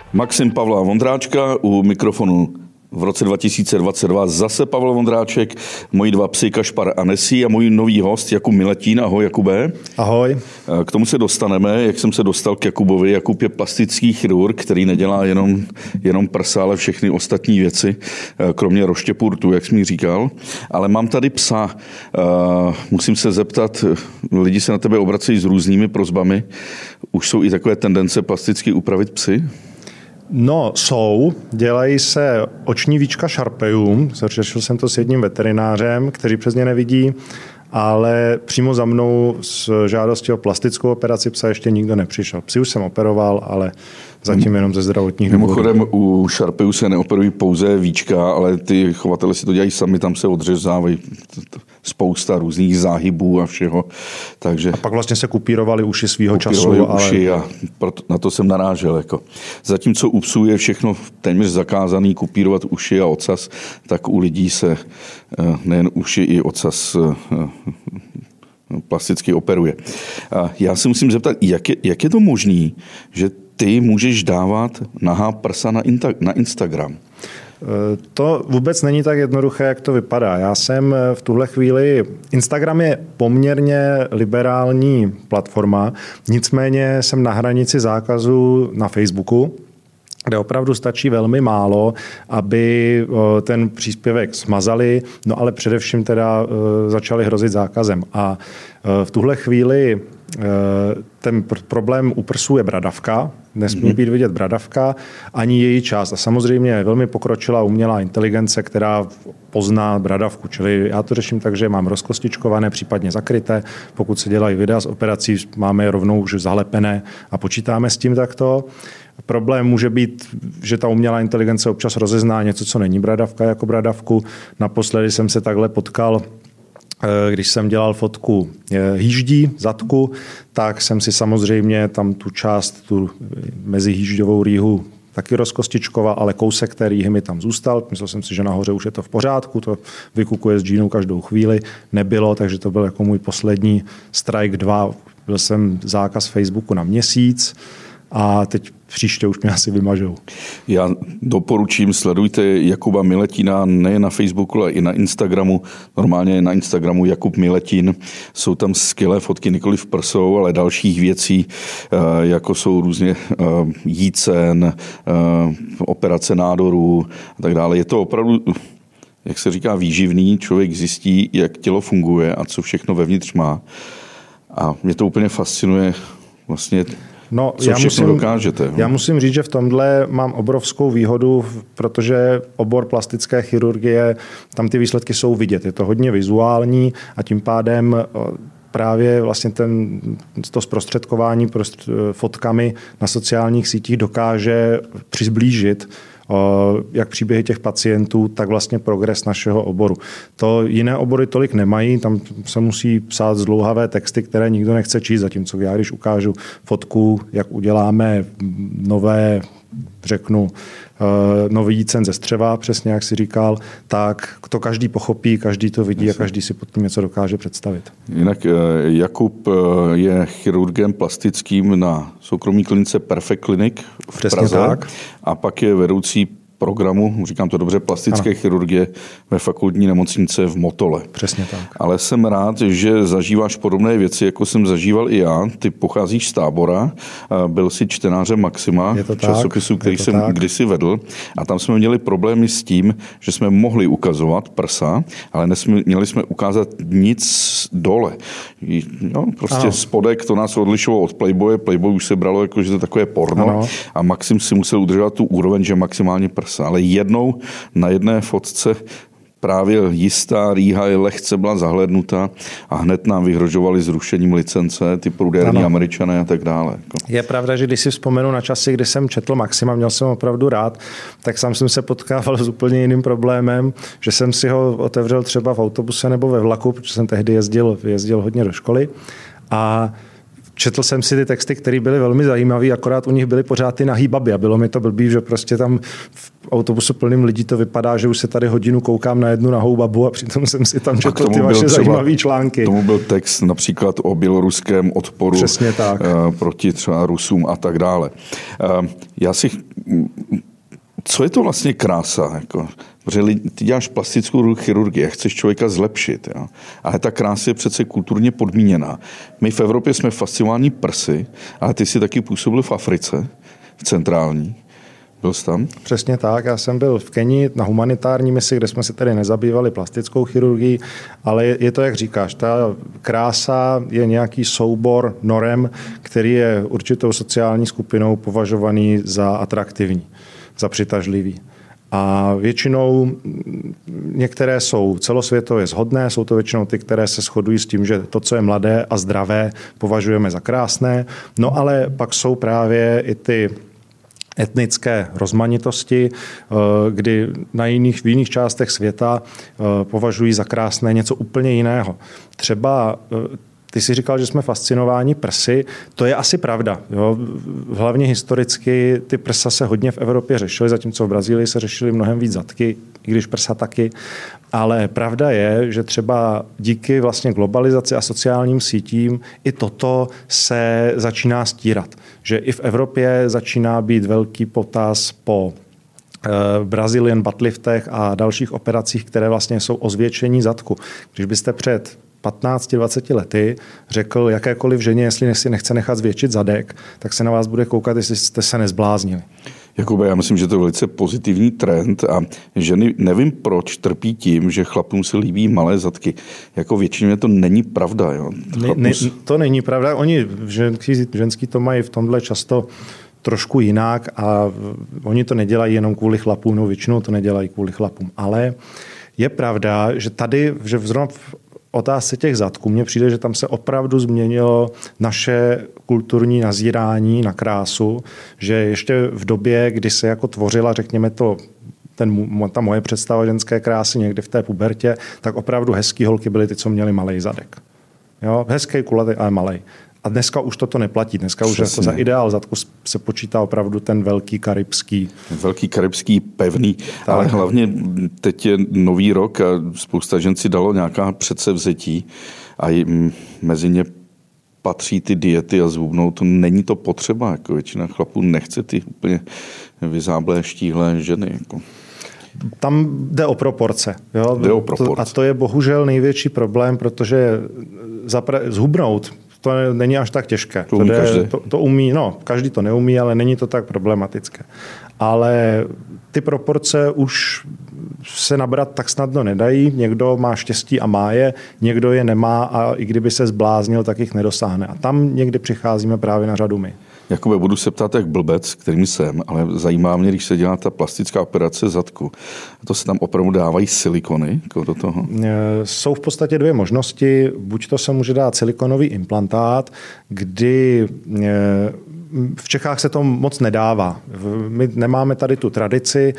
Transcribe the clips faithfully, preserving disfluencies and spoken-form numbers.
Maxim Pavla Vondráčka u mikrofonu v roce dva tisíce dvacet dva zase Pavel Vondráček, moji dva psy Kašpar a Nesí a můj nový host Jakub Miletín. Ahoj Jakube. Ahoj. K tomu se dostaneme, jak jsem se dostal k Jakubovi. Jakub je plastický chirurg, který nedělá jenom, jenom prsa, ale všechny ostatní věci, kromě roštěpurtu, jak jsi mi říkal. Ale mám tady psa. Musím se zeptat, lidi se na tebe obracejí s různými prosbami. Už jsou i takové tendence plasticky upravit psy? No, jsou. Dělají se oční víčka Sharpeum. Řešil jsem to s jedním veterinářem, který přesně nevidí, ale přímo za mnou s žádostí o plastickou operaci psa ještě nikdo nepřišel. Psy už jsem operoval, ale zatím jenom ze zdravotních důvodů. Mimochodem u Sharpeu se neoperují pouze víčka, ale ty chovatele si to dělají sami, tam se odřezávají spousta různých záhybů a všeho. Takže a pak vlastně se kupírovali uši svýho kupírovali času. Uši ale... a proto, na to jsem narážel. Jako. Zatímco u psů je všechno téměř zakázaný kupírovat uši a ocas, tak u lidí se nejen uši i ocas plasticky operuje. A já se musím zeptat, jak je, jak je to možný, že ty můžeš dávat nahá prsa na, inta, na Instagram? To vůbec není tak jednoduché, jak to vypadá. Já jsem v tuhle chvíli... Instagram je poměrně liberální platforma, nicméně jsem na hranici zákazu na Facebooku, kde opravdu stačí velmi málo, aby ten příspěvek smazali, no ale především teda začali hrozit zákazem. A v tuhle chvíli ten problém u prsů je bradavka, nesmí být vidět bradavka, ani její část. A samozřejmě velmi pokročila umělá inteligence, která pozná bradavku. Čili já to řeším tak, že mám rozkostičkované, případně zakryté. Pokud se dělají videa z operací, máme je rovnou už zalepené a počítáme s tím takto. Problém může být, že ta umělá inteligence občas rozezná něco, co není bradavka jako bradavku. Naposledy jsem se takhle potkal, když jsem dělal fotku hýždí, zadku, tak jsem si samozřejmě tam tu část, tu mezihýžďovou rýhu taky rozkostičkoval, ale kousek té rýhy mi tam zůstal. Myslel jsem si, že nahoře už je to v pořádku, to vykukuje s džínou každou chvíli. Nebylo, takže to byl jako můj poslední strike dva. Byl jsem zákaz Facebooku na měsíc a teď příště už mě asi vymažou. Já doporučím, sledujte Jakuba Miletína nejen na Facebooku, ale i na Instagramu. Normálně je na Instagramu Jakub Miletín. Jsou tam skvělé fotky nikoliv prsou, ale dalších věcí, jako jsou různě jícen, operace nádorů a tak dále. Je to opravdu, jak se říká, výživný. Člověk zjistí, jak tělo funguje a co všechno vevnitř má. A mě to úplně fascinuje vlastně. No, Co já musím, dokážete? Já musím říct, že v tomhle mám obrovskou výhodu, protože obor plastické chirurgie, tam ty výsledky jsou vidět. Je to hodně vizuální a tím pádem právě vlastně ten, to zprostředkování fotkami na sociálních sítích dokáže přizblížit jak příběhy těch pacientů, tak vlastně progres našeho oboru. To jiné obory tolik nemají, tam se musí psát zdlouhavé texty, které nikdo nechce číst, zatímco já, když ukážu fotku, jak uděláme nové, řeknu, nový jícen ze střeva, přesně jak si říkal, tak to každý pochopí, každý to vidí a každý si pod tím něco dokáže představit. Jinak Jakub je chirurgem plastickým na soukromé klinice Perfect Clinic v přesně Praze tak. A pak je vedoucí programu, říkám to dobře, plastické ano. chirurgie ve fakultní nemocnice v Motole. Přesně tak. Ale jsem rád, že zažíváš podobné věci, jako jsem zažíval i já. Ty pocházíš z Tábora, byl jsi čtenářem Maxima, časopisu, který jsem tak. kdysi vedl. A tam jsme měli problémy s tím, že jsme mohli ukazovat prsa, ale nesměli jsme ukázat nic dole. No, prostě ano. spodek, to nás odlišovalo od Playboye. Playboy už se bralo jako, že to je takové porno. Ano. A Maxim si musel udržovat tu úroveň, že maximálně prsa. Ale jednou na jedné fotce právě jistá rýha je lehce byla zahlednuta a hned nám vyhrožovali zrušením licence, ty prudérní Američané a tak dále. Je pravda, že když si vzpomenu na časy, kdy jsem četl Maxima, měl jsem opravdu rád, tak sám jsem se potkával s úplně jiným problémem, že jsem si ho otevřel třeba v autobuse nebo ve vlaku, protože jsem tehdy jezdil, jezdil hodně do školy a četl jsem si ty texty, které byly velmi zajímavé, akorát u nich byly pořád ty nahý baby a bylo mi to blbý, že prostě tam v autobusu plným lidí to vypadá, že už se tady hodinu koukám na jednu nahou babu a přitom jsem si tam četl ty vaše zajímavé články. Tomu byl text například o běloruském odporu Přesně tak. proti třeba Rusům a tak dále. Já si... Co je to vlastně krása? Jako, protože ty děláš plastickou chirurgii a chceš člověka zlepšit. Jo? Ale ta krása je přece kulturně podmíněná. My v Evropě jsme fascinováni prsy, ale ty jsi taky působil v Africe, v centrální. Byl jsi tam? Přesně tak. Já jsem byl v Keni na humanitární misi, kde jsme se tady nezabývali plastickou chirurgií, ale je, je to, jak říkáš, ta krása je nějaký soubor norem, který je určitou sociální skupinou považovaný za atraktivní, za přitažlivý. A většinou některé jsou celosvětově shodné, jsou to většinou ty, které se shodují s tím, že to, co je mladé a zdravé, považujeme za krásné. No ale pak jsou právě i ty etnické rozmanitosti, kdy na jiných, v jiných částech světa považují za krásné něco úplně jiného. Třeba ty jsi říkal, že jsme fascinováni prsy. To je asi pravda. Jo? Hlavně historicky ty prsa se hodně v Evropě řešily, zatímco v Brazílii se řešily mnohem víc zadky, i když prsa taky. Ale pravda je, že třeba díky vlastně globalizaci a sociálním sítím i toto se začíná stírat. Že i v Evropě začíná být velký potaz po Brazilian butt liftech a dalších operacích, které vlastně jsou ozvětšení zadku. Když byste před patnáct dvacet lety řekl jakékoliv ženě, jestli si nechce nechat zvětšit zadek, tak se na vás bude koukat, jestli jste se nezbláznili. Jakube, já myslím, že to je velice pozitivní trend a ženy, nevím proč, trpí tím, že chlapům se líbí malé zadky. Jako většině to není pravda. Jo? Ne, ne, to není pravda. Oni ženský, ženský to mají v tomhle často trošku jinak a oni to nedělají jenom kvůli chlapům, no většinou to nedělají kvůli chlapům. Ale je pravda, že tady, že zrovna v otázce těch zadků, mně přijde, že tam se opravdu změnilo naše kulturní nazírání na krásu, že ještě v době, kdy se jako tvořila, řekněme to, ten, ta moje představa ženské krásy někdy v té pubertě, tak opravdu hezký holky byly ty, co měly malej zadek. Jo? Hezký, kulatý, ale malej. A dneska už toto neplatí. Dneska Přesně. už jako za ideál zadku se počítá opravdu ten velký karibský. Velký karibský, pevný, tak. Ale hlavně teď je nový rok a spousta žen si dalo nějaká předsevzetí a mezi ně patří ty diety a zhubnout. To není to potřeba. Jako většina chlapů nechce ty úplně vyzáblé, štíhlé ženy. Jako. Tam jde o proporce. Jo? Jde o proporce. To, a to je bohužel největší problém, protože zapra- zhubnout to není až tak těžké. To umí, to, to, to umí, no, každý to neumí, ale není to tak problematické. Ale ty proporce už se nabrat tak snadno nedají. Někdo má štěstí a má je, někdo je nemá a i kdyby se zbláznil, tak jich nedosáhne. A tam někdy přicházíme právě na řadu my. Jakube, budu se ptát jak blbec, kterým jsem, ale zajímá mě, když se dělá ta plastická operace zadku. To se tam opravdu dávají silikony jako do toho? Jsou v podstatě dvě možnosti. Buď to se může dát silikonový implantát, kdy v Čechách se to moc nedává. My nemáme tady tu tradici.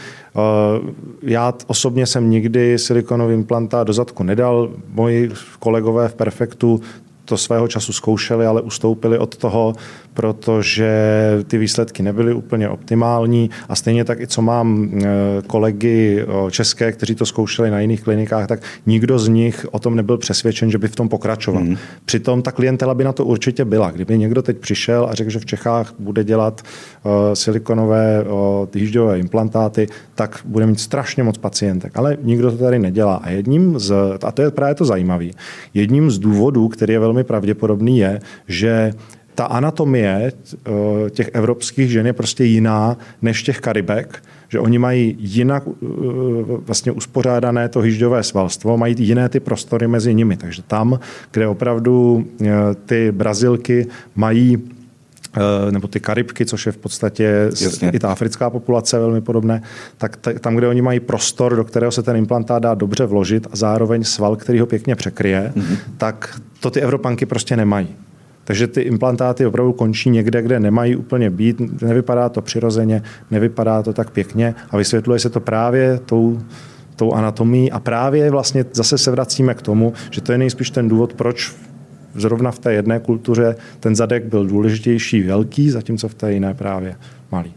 Já osobně jsem nikdy silikonový implantát do zadku nedal. Moji kolegové v Perfektu to svého času zkoušeli, ale ustoupili od toho, protože ty výsledky nebyly úplně optimální a stejně tak i co mám kolegy české, kteří to zkoušeli na jiných klinikách, tak nikdo z nich o tom nebyl přesvědčen, že by v tom pokračoval. Mm. Přitom ta klientela by na to určitě byla. Kdyby někdo teď přišel a řekl, že v Čechách bude dělat silikonové týžděvé implantáty, tak bude mít strašně moc pacientek. Ale nikdo to tady nedělá. A jedním z, a to je právě to zajímavé, jedním z důvodů, který je velmi pravděpodobný, je, že ta anatomie těch evropských žen je prostě jiná než těch Karibek, že oni mají jinak vlastně uspořádané to hyžďové svalstvo, mají jiné ty prostory mezi nimi. Takže tam, kde opravdu ty Brazilky mají nebo ty Karibky, což je v podstatě Jasně. i ta africká populace velmi podobné, tak t- tam, kde oni mají prostor, do kterého se ten implantát dá dobře vložit a zároveň sval, který ho pěkně překryje, mm-hmm. tak to ty Evropanky prostě nemají. Takže ty implantáty opravdu končí někde, kde nemají úplně být, nevypadá to přirozeně, nevypadá to tak pěkně a vysvětluje se to právě tou, tou anatomií a právě vlastně zase se vracíme k tomu, že to je nejspíš ten důvod, proč zrovna v té jedné kultuře ten zadek byl důležitější velký, zatímco v té jiné právě malý.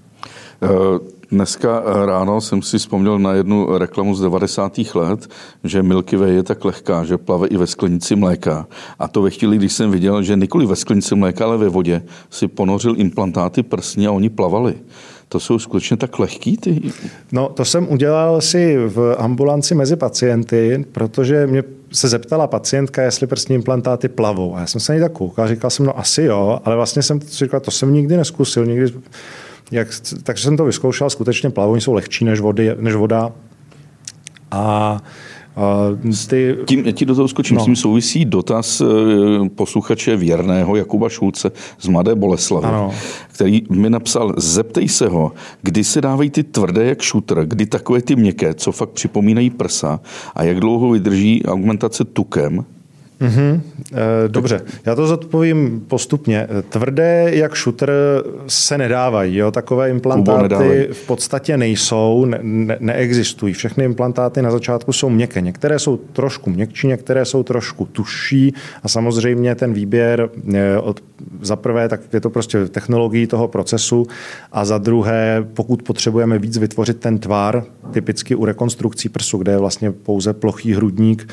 Dneska ráno jsem si vzpomněl na jednu reklamu z devadesátých let, že Milky Way je tak lehká, že plave i ve sklenici mléka. A to ve chvíli, když jsem viděl, že nikoli ve sklenici mléka, ale ve vodě si ponořil implantáty prsní a oni plavali. To jsou skutečně tak lehký ty? No, to jsem udělal si v ambulanci mezi pacienty, protože mě se zeptala pacientka, jestli prsní implantáty plavou. A já jsem se na ní tak koukal, říkal jsem, no asi jo, ale vlastně jsem říkal, to jsem nikdy neskusil, nikdy... Jak, takže jsem to vyzkoušel, skutečně plavou, jsou lehčí než, vody, než voda. A, a ty... Tím, já ti do toho skočím, no. S tím souvisí dotaz posluchače věrného Jakuba Šulce z Mladé Boleslavi, ano. Který mi napsal, zeptej se ho, kdy se dávají ty tvrdé jak šutr, kdy takové ty měkké, co fakt připomínají prsa a jak dlouho vydrží augmentace tukem. Mm-hmm. E, dobře, já to zodpovím postupně. Tvrdé jak šutr se nedávají. Jo? Takové implantáty v podstatě nejsou, ne, ne, neexistují. Všechny implantáty na začátku jsou měkké. Některé jsou trošku měkčí, některé jsou trošku tužší a samozřejmě ten výběr od, za prvé, tak je to prostě technologií toho procesu a za druhé, pokud potřebujeme víc vytvořit ten tvar, typicky u rekonstrukcí prsu, kde je vlastně pouze plochý hrudník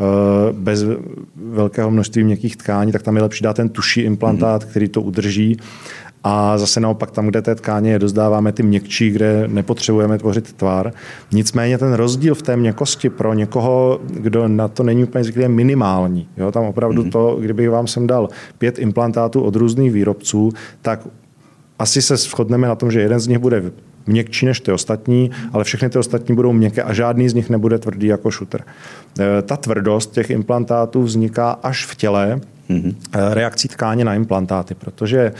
bez velkého množství měkkých tkání, tak tam je lepší dát ten tuší implantát, který to udrží. A zase naopak tam, kde té tkáně dozdáváme ty měkčí, kde nepotřebujeme tvořit tvar. Nicméně ten rozdíl v té měkkosti pro někoho, kdo na to není úplně zvyklý, je minimální. Jo, tam opravdu mm-hmm. to, kdybych vám sem dal pět implantátů od různých výrobců, tak asi se shodneme na tom, že jeden z nich bude měkčí než ty ostatní, ale všechny ty ostatní budou měkké a žádný z nich nebude tvrdý jako šutr. Ta tvrdost těch implantátů vzniká až v těle, mm-hmm. reakcí tkáně na implantáty, protože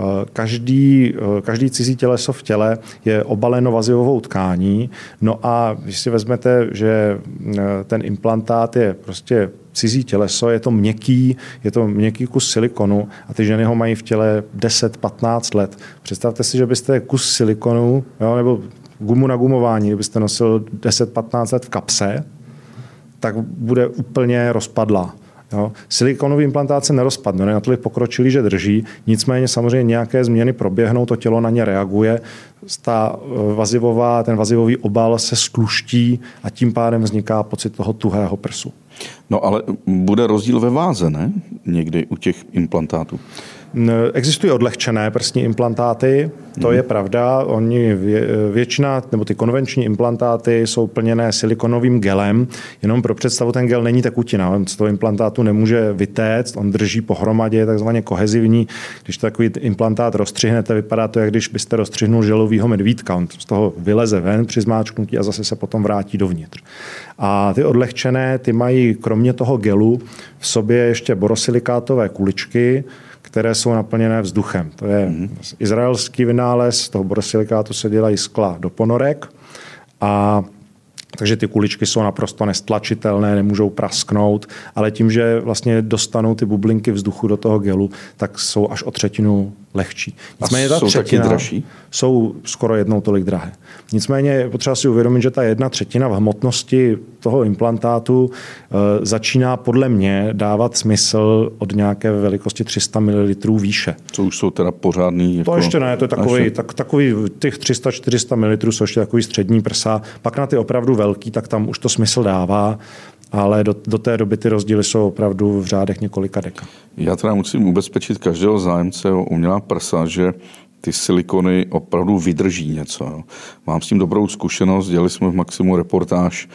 každý, každý cizí těleso v těle je obaleno vazivovou tkání, no a když si vezmete, že ten implantát je prostě cizí těleso, je to měkký, je to měkký kus silikonu a ty ženy ho mají v těle deset patnáct let. Představte si, že byste kus silikonu, jo, nebo gumu na gumování, kdybyste nosil deset patnáct let v kapse, tak bude úplně rozpadlá. Jo. Silikonový implantát se nerozpadne, ne natolik pokročilý, že drží, nicméně samozřejmě nějaké změny proběhnou, to tělo na ně reaguje, ta vazivová, ten vazivový obal se skluští a tím pádem vzniká pocit toho tuhého prsu. No ale bude rozdíl ve váze, ne? Někdy u těch implantátů. Existují odlehčené prsní implantáty, to je pravda. Oni vě, většina, nebo ty konvenční implantáty jsou plněné silikonovým gelem, jenom pro představu ten gel není tekutina, on z toho implantátu nemůže vytéct, on drží pohromadě, je takzvaně kohezivní. Když takový implantát rozstřihnete, vypadá to, jak když byste rozstřihnul želovýho medvídka, on z toho vyleze ven při zmáčknutí a zase se potom vrátí dovnitř. A ty odlehčené, ty mají kromě toho gelu v sobě ještě borosilikátové kuličky, které jsou naplněné vzduchem. To je mm-hmm. izraelský vynález, z toho borosilikátu se dělají skla do ponorek a takže ty kuličky jsou naprosto nestlačitelné, nemůžou prasknout, ale tím, že vlastně dostanou ty bublinky vzduchu do toho gelu, tak jsou až o třetinu lehčí. Nicméně ta jsou třetina taky dražší? Jsou skoro jednou tolik drahé. Nicméně je potřeba si uvědomit, že ta jedna třetina v hmotnosti toho implantátu e, začíná podle mě dávat smysl od nějaké velikosti tři sta mililitrů výše. Co už jsou teda pořádný? Jako... To ještě ne, to je takový, tak, takový těch tři sta čtyři sta mililitrů jsou ještě takový střední prsa. Pak na ty opravdu velký, tak tam už to smysl dává. Ale do, do té doby ty rozdíly jsou opravdu v řádech několika deka. Já teda musím ubezpečit každého zájemce o umělá prsa, že ty silikony opravdu vydrží něco. Jo. Mám s tím dobrou zkušenost, dělali jsme v Maximu reportáž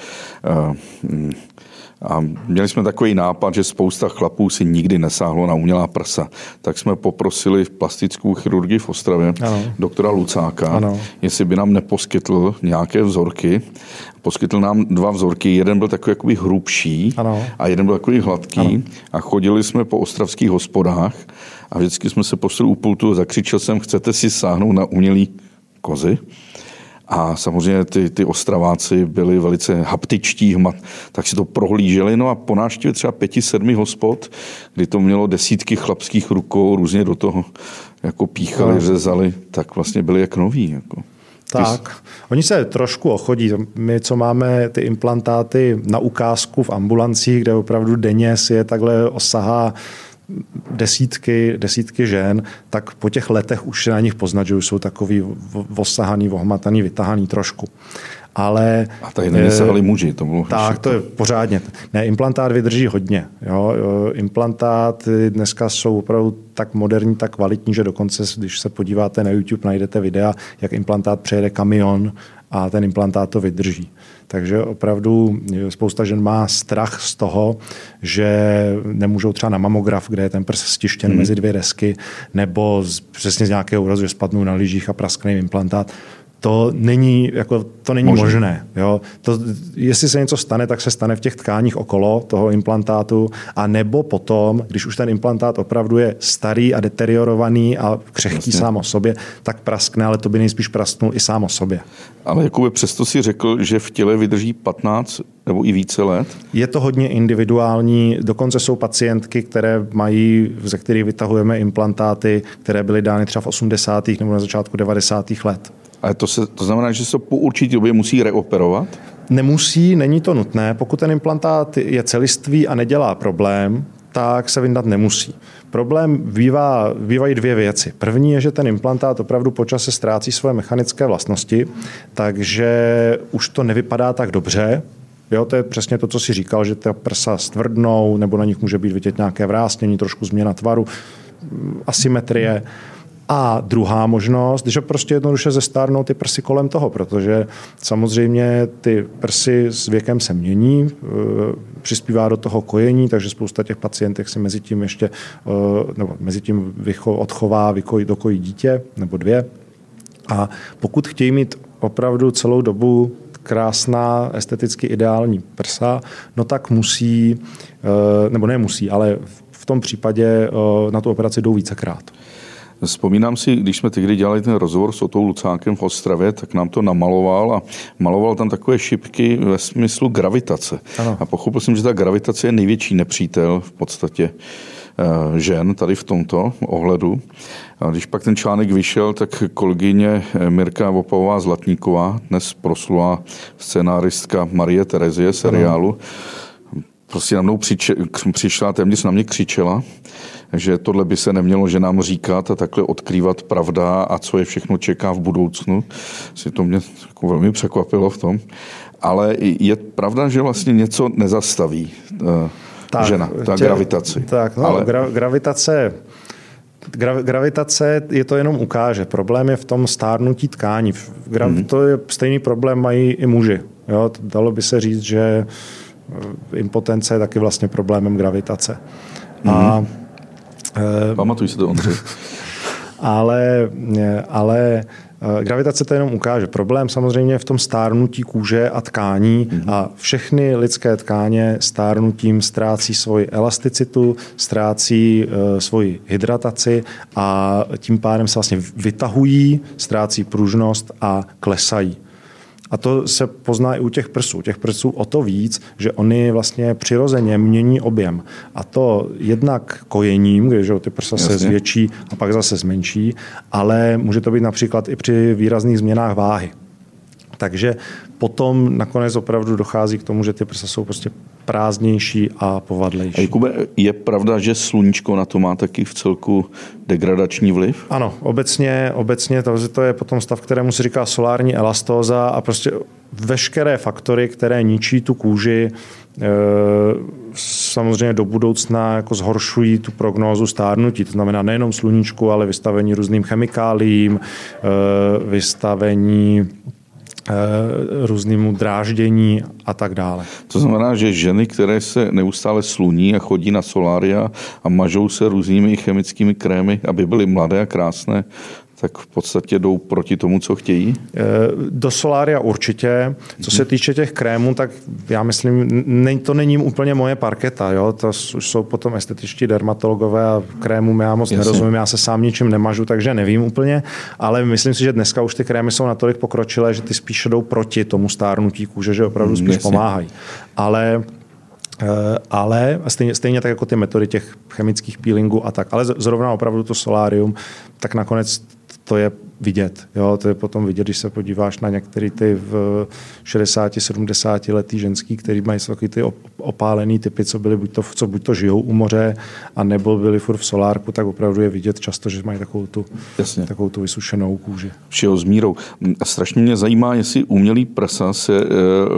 uh, a měli jsme takový nápad, že spousta chlapů si nikdy nesáhlo na umělá prsa. Tak jsme poprosili plastickou chirurgii v Ostravě, ano. doktora Lucáka, ano. jestli by nám neposkytl nějaké vzorky. Poskytl nám dva vzorky, jeden byl takový jakoby hrubší ano. a jeden byl takový hladký ano. a chodili jsme po ostravských hospodách a vždycky jsme se postavili u pultu a zakřičel jsem, chcete si sáhnout na umělý kozy? A samozřejmě ty, ty Ostraváci byli velice haptičtí, hmat, tak si to prohlíželi. No a po návštěvě třeba pěti, sedmi hospod, kdy to mělo desítky chlapských rukou, různě do toho jako píchali, no. řezali, tak vlastně byli jak noví. Jako. Tak, oni se trošku ochodí. My, co máme ty implantáty na ukázku v ambulancích, kde opravdu denně si je takhle osahá desítky, desítky žen, tak po těch letech už se na nich poznat, že už jsou takový osahaný, ohmataný, vytahaný trošku. Ale, a tady nevysahali muži. To bylo tak, to je pořádně. Ne, implantát vydrží hodně. Jo. Implantáty dneska jsou opravdu tak moderní, tak kvalitní, že dokonce, když se podíváte na YouTube, najdete videa, jak implantát přejede kamion a ten implantát to vydrží. Takže opravdu spousta žen má strach z toho, že nemůžou třeba na mamograf, kde je ten prst stištěn hmm. mezi dvě desky, nebo z, přesně z nějakého úrazu, že spadnou na lyžích a praskne jim implantát. To není, jako, to není možné. možné. Jo? To, jestli se něco stane, tak se stane v těch tkáních okolo toho implantátu, a nebo potom, když už ten implantát opravdu je starý a deteriorovaný a křehký Jasně. sám o sobě, tak praskne, ale to by nejspíš prasknul i sám o sobě. Ale Jakube, přesto si řekl, že v těle vydrží patnáct nebo i více let? Je to hodně individuální, dokonce jsou pacientky, které mají, ze kterých vytahujeme implantáty, které byly dány třeba v osmdesátých nebo na začátku devadesátých let. Ale to, se, to znamená, že se po určitý době musí reoperovat? Nemusí, není to nutné. Pokud ten implantát je celistvý a nedělá problém, tak se vyndat nemusí. Problém bývá, bývají dvě věci. První je, že ten implantát opravdu po čase ztrácí svoje mechanické vlastnosti, takže už to nevypadá tak dobře. Jo, to je přesně to, co si říkal, že ta prsa stvrdnou, nebo na nich může být vidět nějaké vrásnění, trošku změna tvaru, asymetrie. A druhá možnost, že prostě jednoduše zestárnou ty prsy kolem toho, protože samozřejmě ty prsy s věkem se mění, přispívá do toho kojení, takže spousta těch pacientek si mezi tím ještě, nebo mezi tím odchová, vykojí, dokojí dítě nebo dvě. A pokud chtějí mít opravdu celou dobu krásná, esteticky ideální prsa, no tak musí, nebo ne musí, ale v tom případě na tu operaci jdou vícekrát. Vzpomínám si, když jsme tehdy dělali ten rozhovor s Otou Lucákem v Ostravě, tak nám to namaloval a maloval tam takové šipky ve smyslu gravitace. Ano. A pochopil jsem, že ta gravitace je největší nepřítel v podstatě žen tady v tomto ohledu. A když pak ten článek vyšel, tak kolegyně Mirka Vopavová Zlatníková, dnes proslulá scénáristka Marie Terezie seriálu, ano. prostě na mnou přišla, téměř na mě křičela, že tohle by se nemělo ženám říkat a takhle odkrývat pravda a co je všechno čeká v budoucnu. Si to mě jako velmi překvapilo v tom. Ale je pravda, že vlastně něco nezastaví tak, žena, ta tě, gravitaci. Tak, no, Ale... gra, gravitace... Gra, gravitace je to jenom ukáže. Problém je v tom stárnutí tkání. Gra, hmm. To je stejný problém mají i muži. Jo? Dalo by se říct, že impotence je taky vlastně problémem gravitace. Hmm. A Pamatuj si to, Ondřej. ale, ale gravitace to jenom ukáže. Problém samozřejmě je v tom stárnutí kůže a tkání mm-hmm. a všechny lidské tkáně stárnutím ztrácí svoji elasticitu, ztrácí uh, svoji hydrataci a tím pádem se vlastně vytahují, ztrácí pružnost a klesají. A to se pozná i u těch prsů. U těch prsů o to víc, že oni vlastně přirozeně mění objem. A to jednak kojením, když ty prsa Jasně. se zvětší a pak zase zmenší, ale může to být například i při výrazných změnách váhy. Takže potom nakonec opravdu dochází k tomu, že ty prsa jsou prostě prázdnější a povadlejší. A Jakube, je pravda, že sluníčko na to má taky v celku degradační vliv? Ano, obecně, obecně to, to je potom stav, kterému se říká solární elastóza a prostě veškeré faktory, které ničí tu kůži, e, samozřejmě do budoucna jako zhoršují tu prognózu stárnutí. To znamená nejenom sluníčku, ale vystavení různým chemikáliím, e, vystavení různému dráždění a tak dále. To znamená, že ženy, které se neustále sluní a chodí na solária a mažou se různými chemickými krémy, aby byly mladé a krásné, tak v podstatě jdou proti tomu, co chtějí? Do solária určitě. Co se týče těch krémů, tak já myslím, ne, to není úplně moje parketa. Jo? To už jsou potom estetičtí dermatologové a krémům já moc Jasně. nerozumím. Já se sám ničím nemažu, takže nevím úplně. Ale myslím si, že dneska už ty krémy jsou natolik pokročilé, že ty spíše jdou proti tomu stárnutí kůže, že opravdu spíš Jasně. pomáhají. Ale ale stejně, stejně tak jako ty metody těch chemických peelingů a tak. Ale zrovna opravdu to solárium, tak nakonec to je vidět. Jo? To je potom vidět, když se podíváš na některé ty v šedesáti sedmdesáti letý ženský, který mají takový ty opálený typy, co byly buď to, co buď to žijou u moře, a nebo byli furt v solárku, tak opravdu je vidět často, že mají takovou tu, takovou tu vysušenou kůži. Všeho s mírou. Strašně mě zajímá, jestli umělý prsa se e,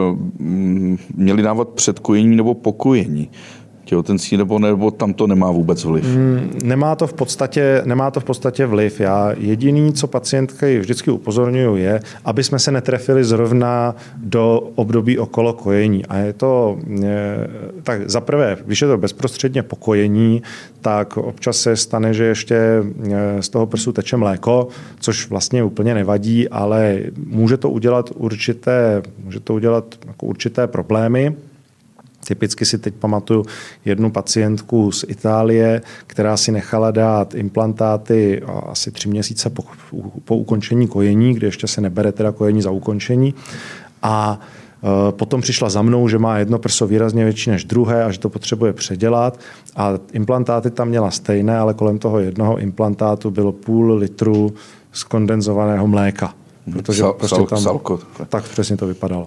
měli dávat před kojením nebo po kojení. Těhotenství, nebo, nebo tam to nemá vůbec vliv? Mm, nemá to v podstatě, nemá to v podstatě vliv. Já jediný, co pacientky vždycky upozorňuji, je, aby jsme se netrefili zrovna do období okolo kojení. A je to, je, tak zaprvé, když je to bezprostředně po kojení, tak občas se stane, že ještě z toho prsu teče mléko, což vlastně úplně nevadí, ale může to udělat určité, může to udělat jako určité problémy. Typicky si teď pamatuju jednu pacientku z Itálie, která si nechala dát implantáty asi tři měsíce po, po ukončení kojení, kde ještě se nebere teda kojení za ukončení. A e, potom přišla za mnou, že má jedno prso výrazně větší než druhé a že to potřebuje předělat. A implantáty tam měla stejné, ale kolem toho jednoho implantátu bylo půl litru skondenzovaného mléka. Protože Sal, prostě sal, tam, salko. Tak přesně to vypadalo.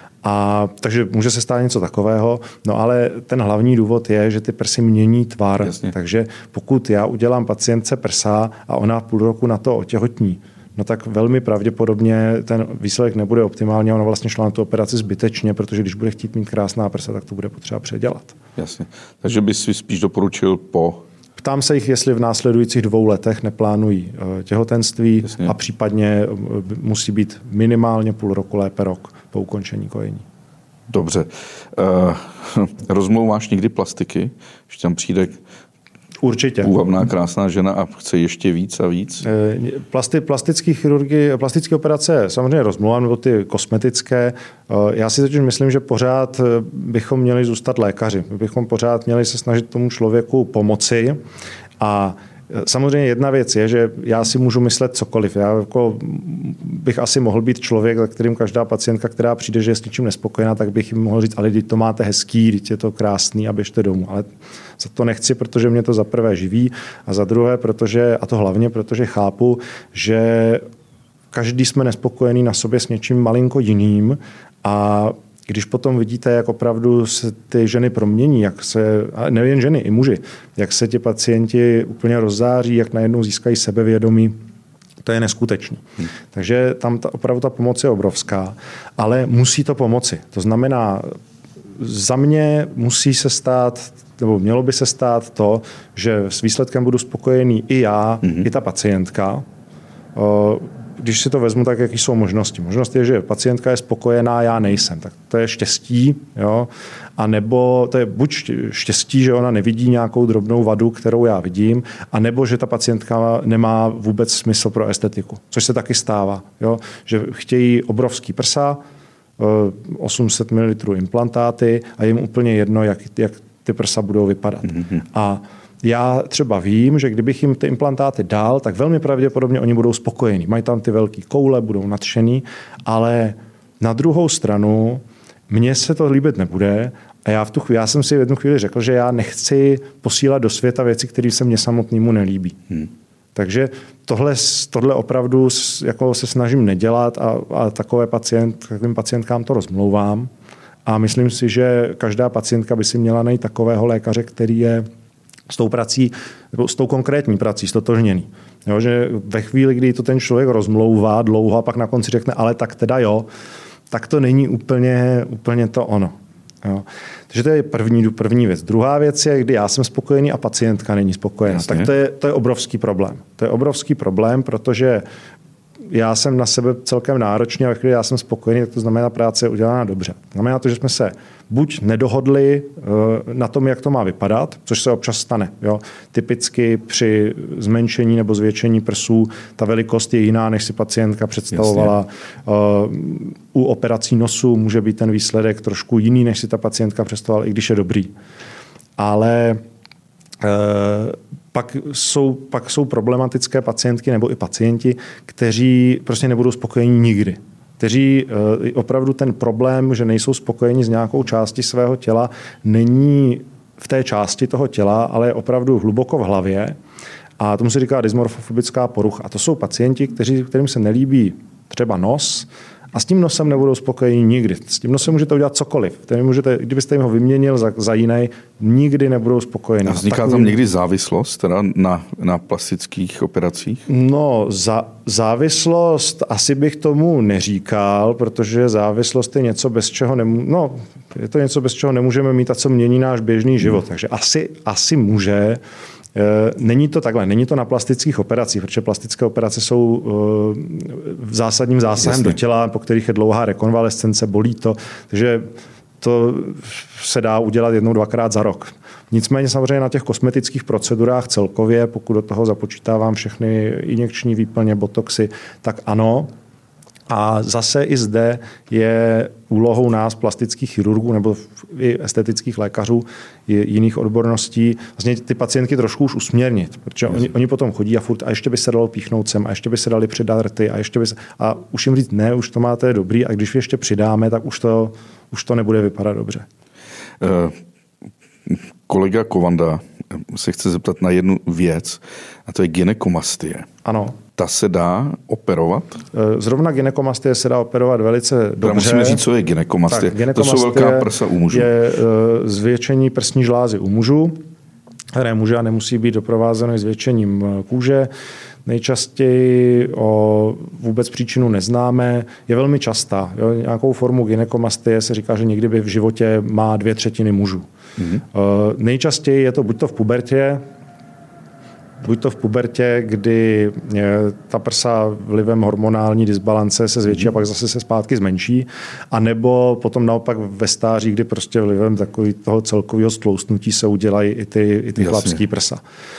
A takže může se stát něco takového, no ale ten hlavní důvod je, že ty prsy mění tvar. Jasně. Takže pokud já udělám pacientce prsa a ona půl roku na to otěhotní, no tak velmi pravděpodobně ten výsledek nebude optimální a ona vlastně šla na tu operaci zbytečně, protože když bude chtít mít krásná prsa, tak to bude potřeba předělat. Jasně. Takže bys si spíš doporučil po... Ptám se jich, jestli v následujících dvou letech neplánují těhotenství. Jasně. A případně musí být minimálně půl roku, lépe rok po ukončení kojení. Dobře. Uh, rozmlouváš někdy plastiky? Když tam přijde určitě půvabná, krásná žena a chce ještě víc a víc? Plasty, plastické chirurgie, plastické operace samozřejmě rozmlouvám, nebo ty kosmetické. Já si totiž myslím, že pořád bychom měli zůstat lékaři. Bychom pořád měli se snažit tomu člověku pomoci. A samozřejmě jedna věc je, že já si můžu myslet cokoliv. Já jako bych asi mohl být člověk, za kterým každá pacientka, která přijde, že je s ničím nespokojená, tak bych jim mohl říct, ale teď to máte hezký, teď je to krásný a běžte domů. Ale za to nechci, protože mě to za prvé živí a za druhé, protože, a to hlavně, protože chápu, že každý jsme nespokojení na sobě s něčím malinko jiným a když potom vidíte, jak opravdu se ty ženy promění, jak se, nejen ženy, i muži, jak se ti pacienti úplně rozzáří, jak najednou získají sebevědomí, to je neskutečný. Hmm. Takže tam ta, opravdu ta pomoc je obrovská, ale musí to pomoci. To znamená, za mě musí se stát, nebo mělo by se stát to, že s výsledkem budu spokojený i já, hmm. i ta pacientka. Když si to vezmu, tak jaký jsou možnosti? Možnost je, že pacientka je spokojená, já nejsem. Tak to je štěstí, jo? A nebo to je buď štěstí, že ona nevidí nějakou drobnou vadu, kterou já vidím, a nebo že ta pacientka nemá vůbec smysl pro estetiku, což se taky stává. Jo? Že chtějí obrovský prsa, osm set mililitrů implantáty a jim úplně jedno, jak, jak ty prsa budou vypadat. Mm-hmm. A já třeba vím, že kdybych jim ty implantáty dal, tak velmi pravděpodobně oni budou spokojení. Mají tam ty velké koule, budou nadšený, ale na druhou stranu mně se to líbit nebude a já, v tu chvíli, já jsem si v jednu chvíli řekl, že já nechci posílat do světa věci, které se mně samotnému nelíbí. Hmm. Takže tohle, tohle opravdu jako se snažím nedělat a, a takové pacient, takovým pacientkám to rozmlouvám a myslím si, že každá pacientka by si měla najít takového lékaře, který je s tou prací, nebo s tou konkrétní prací stotožněný. Jo, že ve chvíli, kdy to ten člověk rozmlouvá dlouho a pak na konci řekne, ale tak teda jo, tak to není úplně, úplně to ono. Jo. Takže to je první, první věc. Druhá věc je, kdy já jsem spokojený a pacientka není spokojená. Jasně. Tak to je, to je obrovský problém. To je obrovský problém, protože já jsem na sebe celkem náročný a ve chvíli já jsem spokojený, tak to znamená, práce je udělána dobře. Znamená to, že jsme se buď nedohodli na tom, jak to má vypadat, což se občas stane. Jo. Typicky při zmenšení nebo zvětšení prsů ta velikost je jiná, než si pacientka představovala. Jasně. U operací nosu může být ten výsledek trošku jiný, než si ta pacientka představovala, i když je dobrý. Ale Pak jsou, pak jsou problematické pacientky nebo i pacienti, kteří prostě nebudou spokojení nikdy. Kteří opravdu ten problém, že nejsou spokojeni s nějakou částí svého těla, není v té části toho těla, ale je opravdu hluboko v hlavě. A tomu se říká dysmorfofobická porucha. A to jsou pacienti, kteří, kterým se nelíbí třeba nos, a s tím nosem nebudou spokojení nikdy. S tím nosem můžete udělat cokoliv. Můžete, kdybyste jim ho vyměnil za, za jiný, nikdy nebudou spokojení. A vzniká Takový... tam někdy závislost teda na, na plastických operacích? No, za, závislost asi bych tomu neříkal, protože závislost je něco, bez čeho nemů... no, je to něco, bez čeho nemůžeme mít a co mění náš běžný život. Hmm. Takže asi, asi může. Není to takhle, není to na plastických operacích, protože plastické operace jsou zásadním zásahem Jasně. do těla, po kterých je dlouhá rekonvalescence, bolí to, takže to se dá udělat jednou, dvakrát za rok. Nicméně samozřejmě na těch kosmetických procedurách celkově, pokud do toho započítávám všechny injekční výplně, botoxy, tak ano. A zase i zde je úlohou nás, plastických chirurgů nebo i estetických lékařů, jiných odborností, vlastně ty pacientky trošku už usměrnit, protože oni, oni potom chodí a furt a ještě by se dalo píchnout sem a ještě by se dali přidat rty a ještě by se, a už jim říct ne, už to máte dobrý a když ještě přidáme, tak už to, už to nebude vypadat dobře. Uh, kolega Kovanda se chce zeptat na jednu věc a to je gynekomastie. Ano. Ta se dá operovat? Zrovna gynekomastie se dá operovat velice dobře. Musíme říct, co je gynekomastie. Tak, gynekomastie to jsou velká prsa u mužů. Je zvětšení prsní žlázy u mužů, které může a nemusí být doprovázeno zvětšením kůže. Nejčastěji o vůbec příčinu neznáme. Je velmi častá. Jo? Nějakou formu gynekomastie se říká, že někdy by v životě má dvě třetiny mužů. Mm-hmm. Nejčastěji je to buď to v pubertě, buď to v pubertě, kdy ta prsa vlivem hormonální disbalance se zvětší a pak zase se zpátky zmenší, anebo potom naopak ve stáří, kdy prostě vlivem takový toho celkového stloustnutí se udělají i ty, i ty chlapský prsa.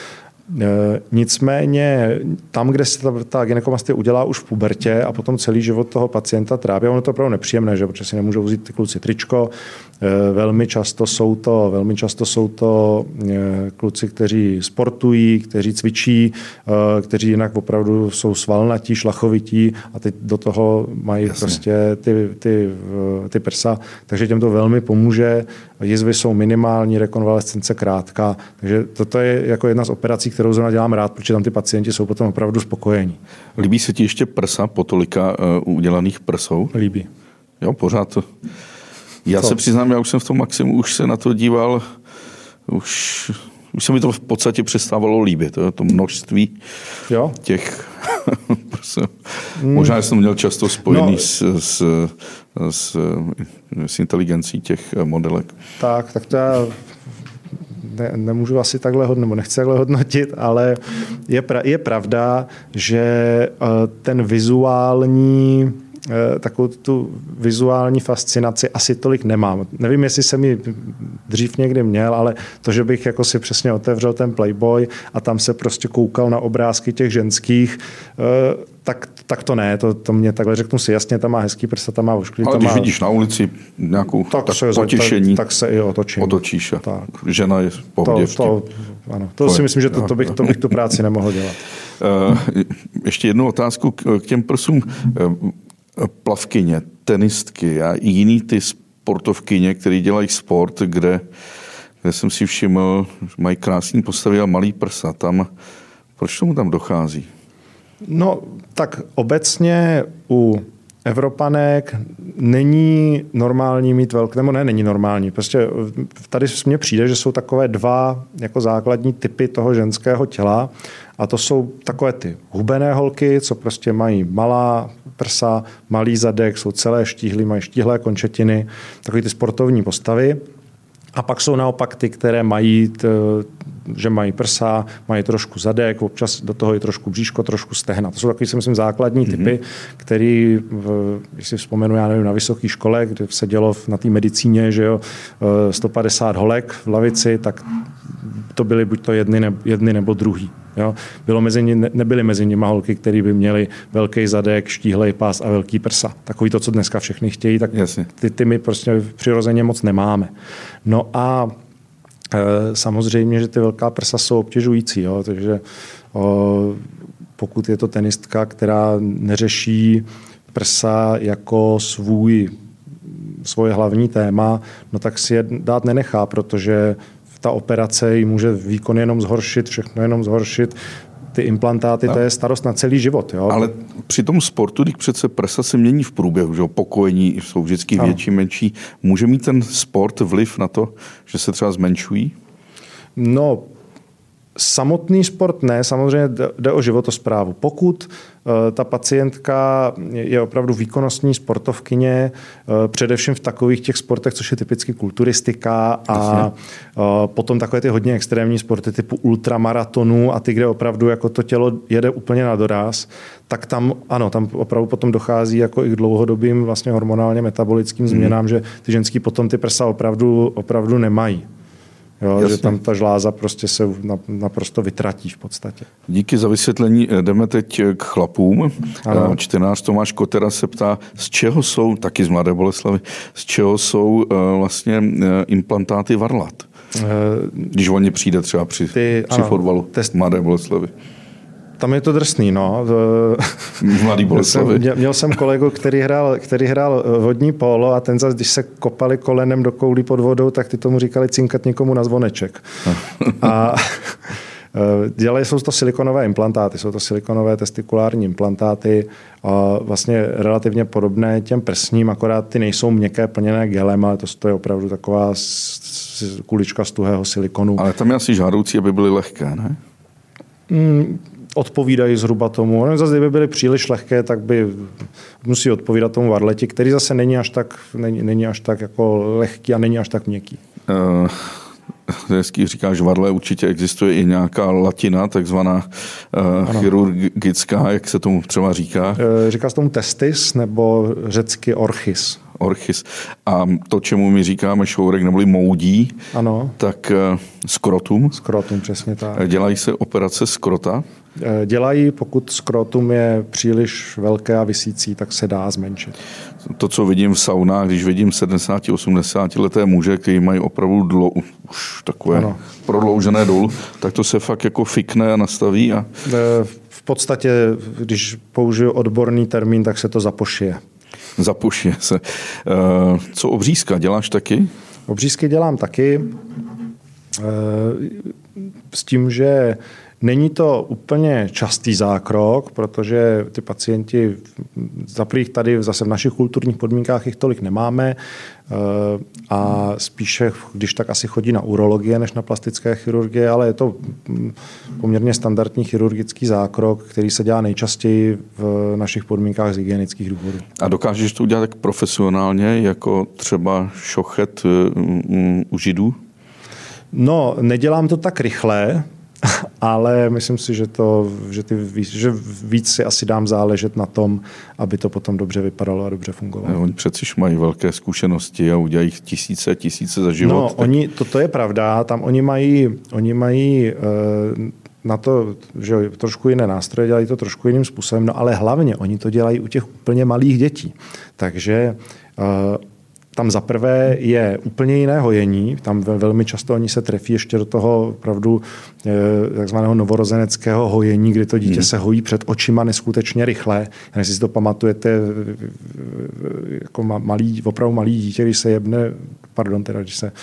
Nicméně tam, kde se ta, ta gynekomastie udělá už v pubertě a potom celý život toho pacienta trápí, ono to opravdu nepříjemné, že? Protože si nemůžou vzít ty kluci tričko. Velmi často jsou to, velmi často jsou to kluci, kteří sportují, kteří cvičí, kteří jinak opravdu jsou svalnatí, šlachovití a teď do toho mají Jasně. prostě ty, ty, ty prsa. Takže těm to velmi pomůže. Jizvy jsou minimální, rekonvalescence krátká. Takže toto je jako jedna z operací, kterou zrovna dělám rád, protože tam ty pacienti jsou potom opravdu spokojení. Líbí se ti ještě prsa po tolika uh, udělaných prsou? Líbí. Jo, pořád to. Já Co? se přiznám, já už jsem v tom maximu, už se na to díval, už, už se mi to v podstatě přestávalo líbit. To, to množství jo? těch prsů. Hmm. Možná jsem měl často spojený no. s, s, s, s inteligencí těch modelek. Tak, tak to já ne, nemůžu asi takhle hodnotit, nebo nechci takhle hodnotit, ale je, pra, je pravda, že ten vizuální takovou tu vizuální fascinaci asi tolik nemám. Nevím, jestli jsem ji dřív někdy měl, ale to, že bych jako si přesně otevřel ten Playboy a tam se prostě koukal na obrázky těch ženských, tak, tak to ne, to, to mě takhle řeknu si jasně, tam má hezký prsa, tam má ošklivý. Ale když má... vidíš na ulici nějakou tak, tak se, potěšení, tak, tak se i otočím. Otočíš a tak. Žena je v pohodě. To, to, ano, to, to si je, myslím, že to, to, bych, to bych tu práci nemohl dělat. Ještě jednu otázku k těm prsům. Plavkyně, tenistky a i jiný ty sportovkyně, které dělají sport, kde, kde jsem si všiml, že mají krásný postavy a malý prsa. Tam, proč tomu tam dochází? No, tak obecně u Evropanek není normální mít velké, nebo ne, není normální. Prostě tady mně přijde, že jsou takové dva jako základní typy toho ženského těla a to jsou takové ty hubené holky, co prostě mají malá prsa, malý zadek, jsou celé štíhlí, mají štíhlé končetiny, takové ty sportovní postavy. A pak jsou naopak ty, které mají, t, že mají prsa, mají trošku zadek, občas do toho je trošku bříško, trošku stehna. To jsou takové, si myslím, základní typy, mm-hmm. který, když si vzpomenu, já nevím, na vysoké škole, kde se dělo na té medicíně, že jo, sto padesát holek v lavici, tak to byly buď to jedny, ne, jedny nebo druhý. Jo. Bylo mezi ní, nebyly mezi nimi holky, které by měly velký zadek, štíhlej pás a velký prsa. Takový to, co dneska všechny chtějí, tak ty, ty my prostě přirozeně moc nemáme. No a e, samozřejmě, že ty velká prsa jsou obtěžující. Jo, takže o, pokud je to tenistka, která neřeší prsa jako svůj, svoje hlavní téma, no tak si je dát nenechá, protože ta operace jí může výkon jenom zhoršit, všechno jenom zhoršit. Ty implantáty, no. To je starost na celý život. Jo? Ale při tom sportu, když přece prsa se mění v průběhu, že pokojení jsou vždycky ano. větší, menší, může mít ten sport vliv na to, že se třeba zmenšují? No, samotný sport ne, samozřejmě jde o životosprávu. Pokud uh, ta pacientka je opravdu výkonnostní sportovkyně, uh, především v takových těch sportech, což je typicky kulturistika a uh, potom takové ty hodně extrémní sporty typu ultramaratonů a ty, kde opravdu jako to tělo jede úplně na doraz, tak tam ano, tam opravdu potom dochází jako i k dlouhodobým vlastně hormonálně metabolickým změnám, hmm. že ty ženský potom ty prsa opravdu, opravdu nemají. Jo, že tam ta žláza prostě se naprosto vytratí v podstatě. Díky za vysvětlení. Jdeme teď k chlapům. Ano. Čtenář Tomáš Kotera se ptá, z čeho jsou, taky z Mladé Boleslavi, z čeho jsou vlastně implantáty varlat? Když o ně přijde třeba při, Ty, při ano, fotbalu test... Mladé Boleslavy. Tam je to drsný, no. Mladý Boleslavi. Měl, měl jsem kolegu, který hrál, který hrál vodní polo a ten zase, když se kopali kolenem do koulí pod vodou, tak ty tomu říkali cinkat někomu na zvoneček. A dělají, jsou to silikonové implantáty, jsou to silikonové testikulární implantáty, a vlastně relativně podobné těm prsním, akorát ty nejsou měkké, plněné gelem, ale to, to je opravdu taková kulička z tuhého silikonu. Ale tam je asi žádoucí, aby byly lehké, ne? Mm, odpovídají zhruba tomu. No, zase, kdyby byly příliš lehké, tak by musí odpovídat tomu varleti, který zase není až tak, není, není až tak jako lehký a není až tak měkký. Uh, hezký říkáš, varle určitě existuje i nějaká latina, takzvaná uh, chirurgická, jak se tomu třeba říká. Uh, říká se tomu testis nebo řecky orchis. Orchis. A to, čemu my říkáme šourek neboli moudí, ano. tak uh, skrotum. Skrotum, přesně tak. Dělají se operace skrota? Dělají, pokud skrotum je příliš velké a visící, tak se dá zmenšit. To, co vidím v saunách, když vidím sedmdesát osmdesát leté muže, kteří mají opravdu dlo, už takové ano. prodloužené důl, tak to se fakt jako fikne a nastaví. A... V podstatě, když použiju odborný termín, tak se to zapošije. Zapošije se. Co obřízka, děláš taky? Obřízky dělám taky. S tím, že není to úplně častý zákrok, protože ty pacienti, za prvých tady zase v našich kulturních podmínkách jich tolik nemáme a spíše, když tak asi chodí na urologie než na plastické chirurgie, ale je to poměrně standardní chirurgický zákrok, který se dělá nejčastěji v našich podmínkách z hygienických důvodů. A dokážeš to udělat tak profesionálně, jako třeba šochet u Židů? No, nedělám to tak rychle, ale myslím si, že, to, že, ty, že víc si asi dám záležet na tom, aby to potom dobře vypadalo a dobře fungovalo. Oni přeci mají velké zkušenosti a udělají tisíce, tisíce za život. No, tak... oni, to, to je pravda. Tam oni mají, oni mají na to, že trošku jiné nástroje, dělají to trošku jiným způsobem, no ale hlavně oni to dělají u těch úplně malých dětí. Takže tam zaprvé je úplně jiné hojení, tam velmi často oni se trefí ještě do toho opravdu takzvaného novorozeneckého hojení, kdy to dítě hmm. se hojí před očima neskutečně rychle. Jestli si to pamatujete, jako malý, opravdu malý dítě, když se jebne, pardon, teda, když se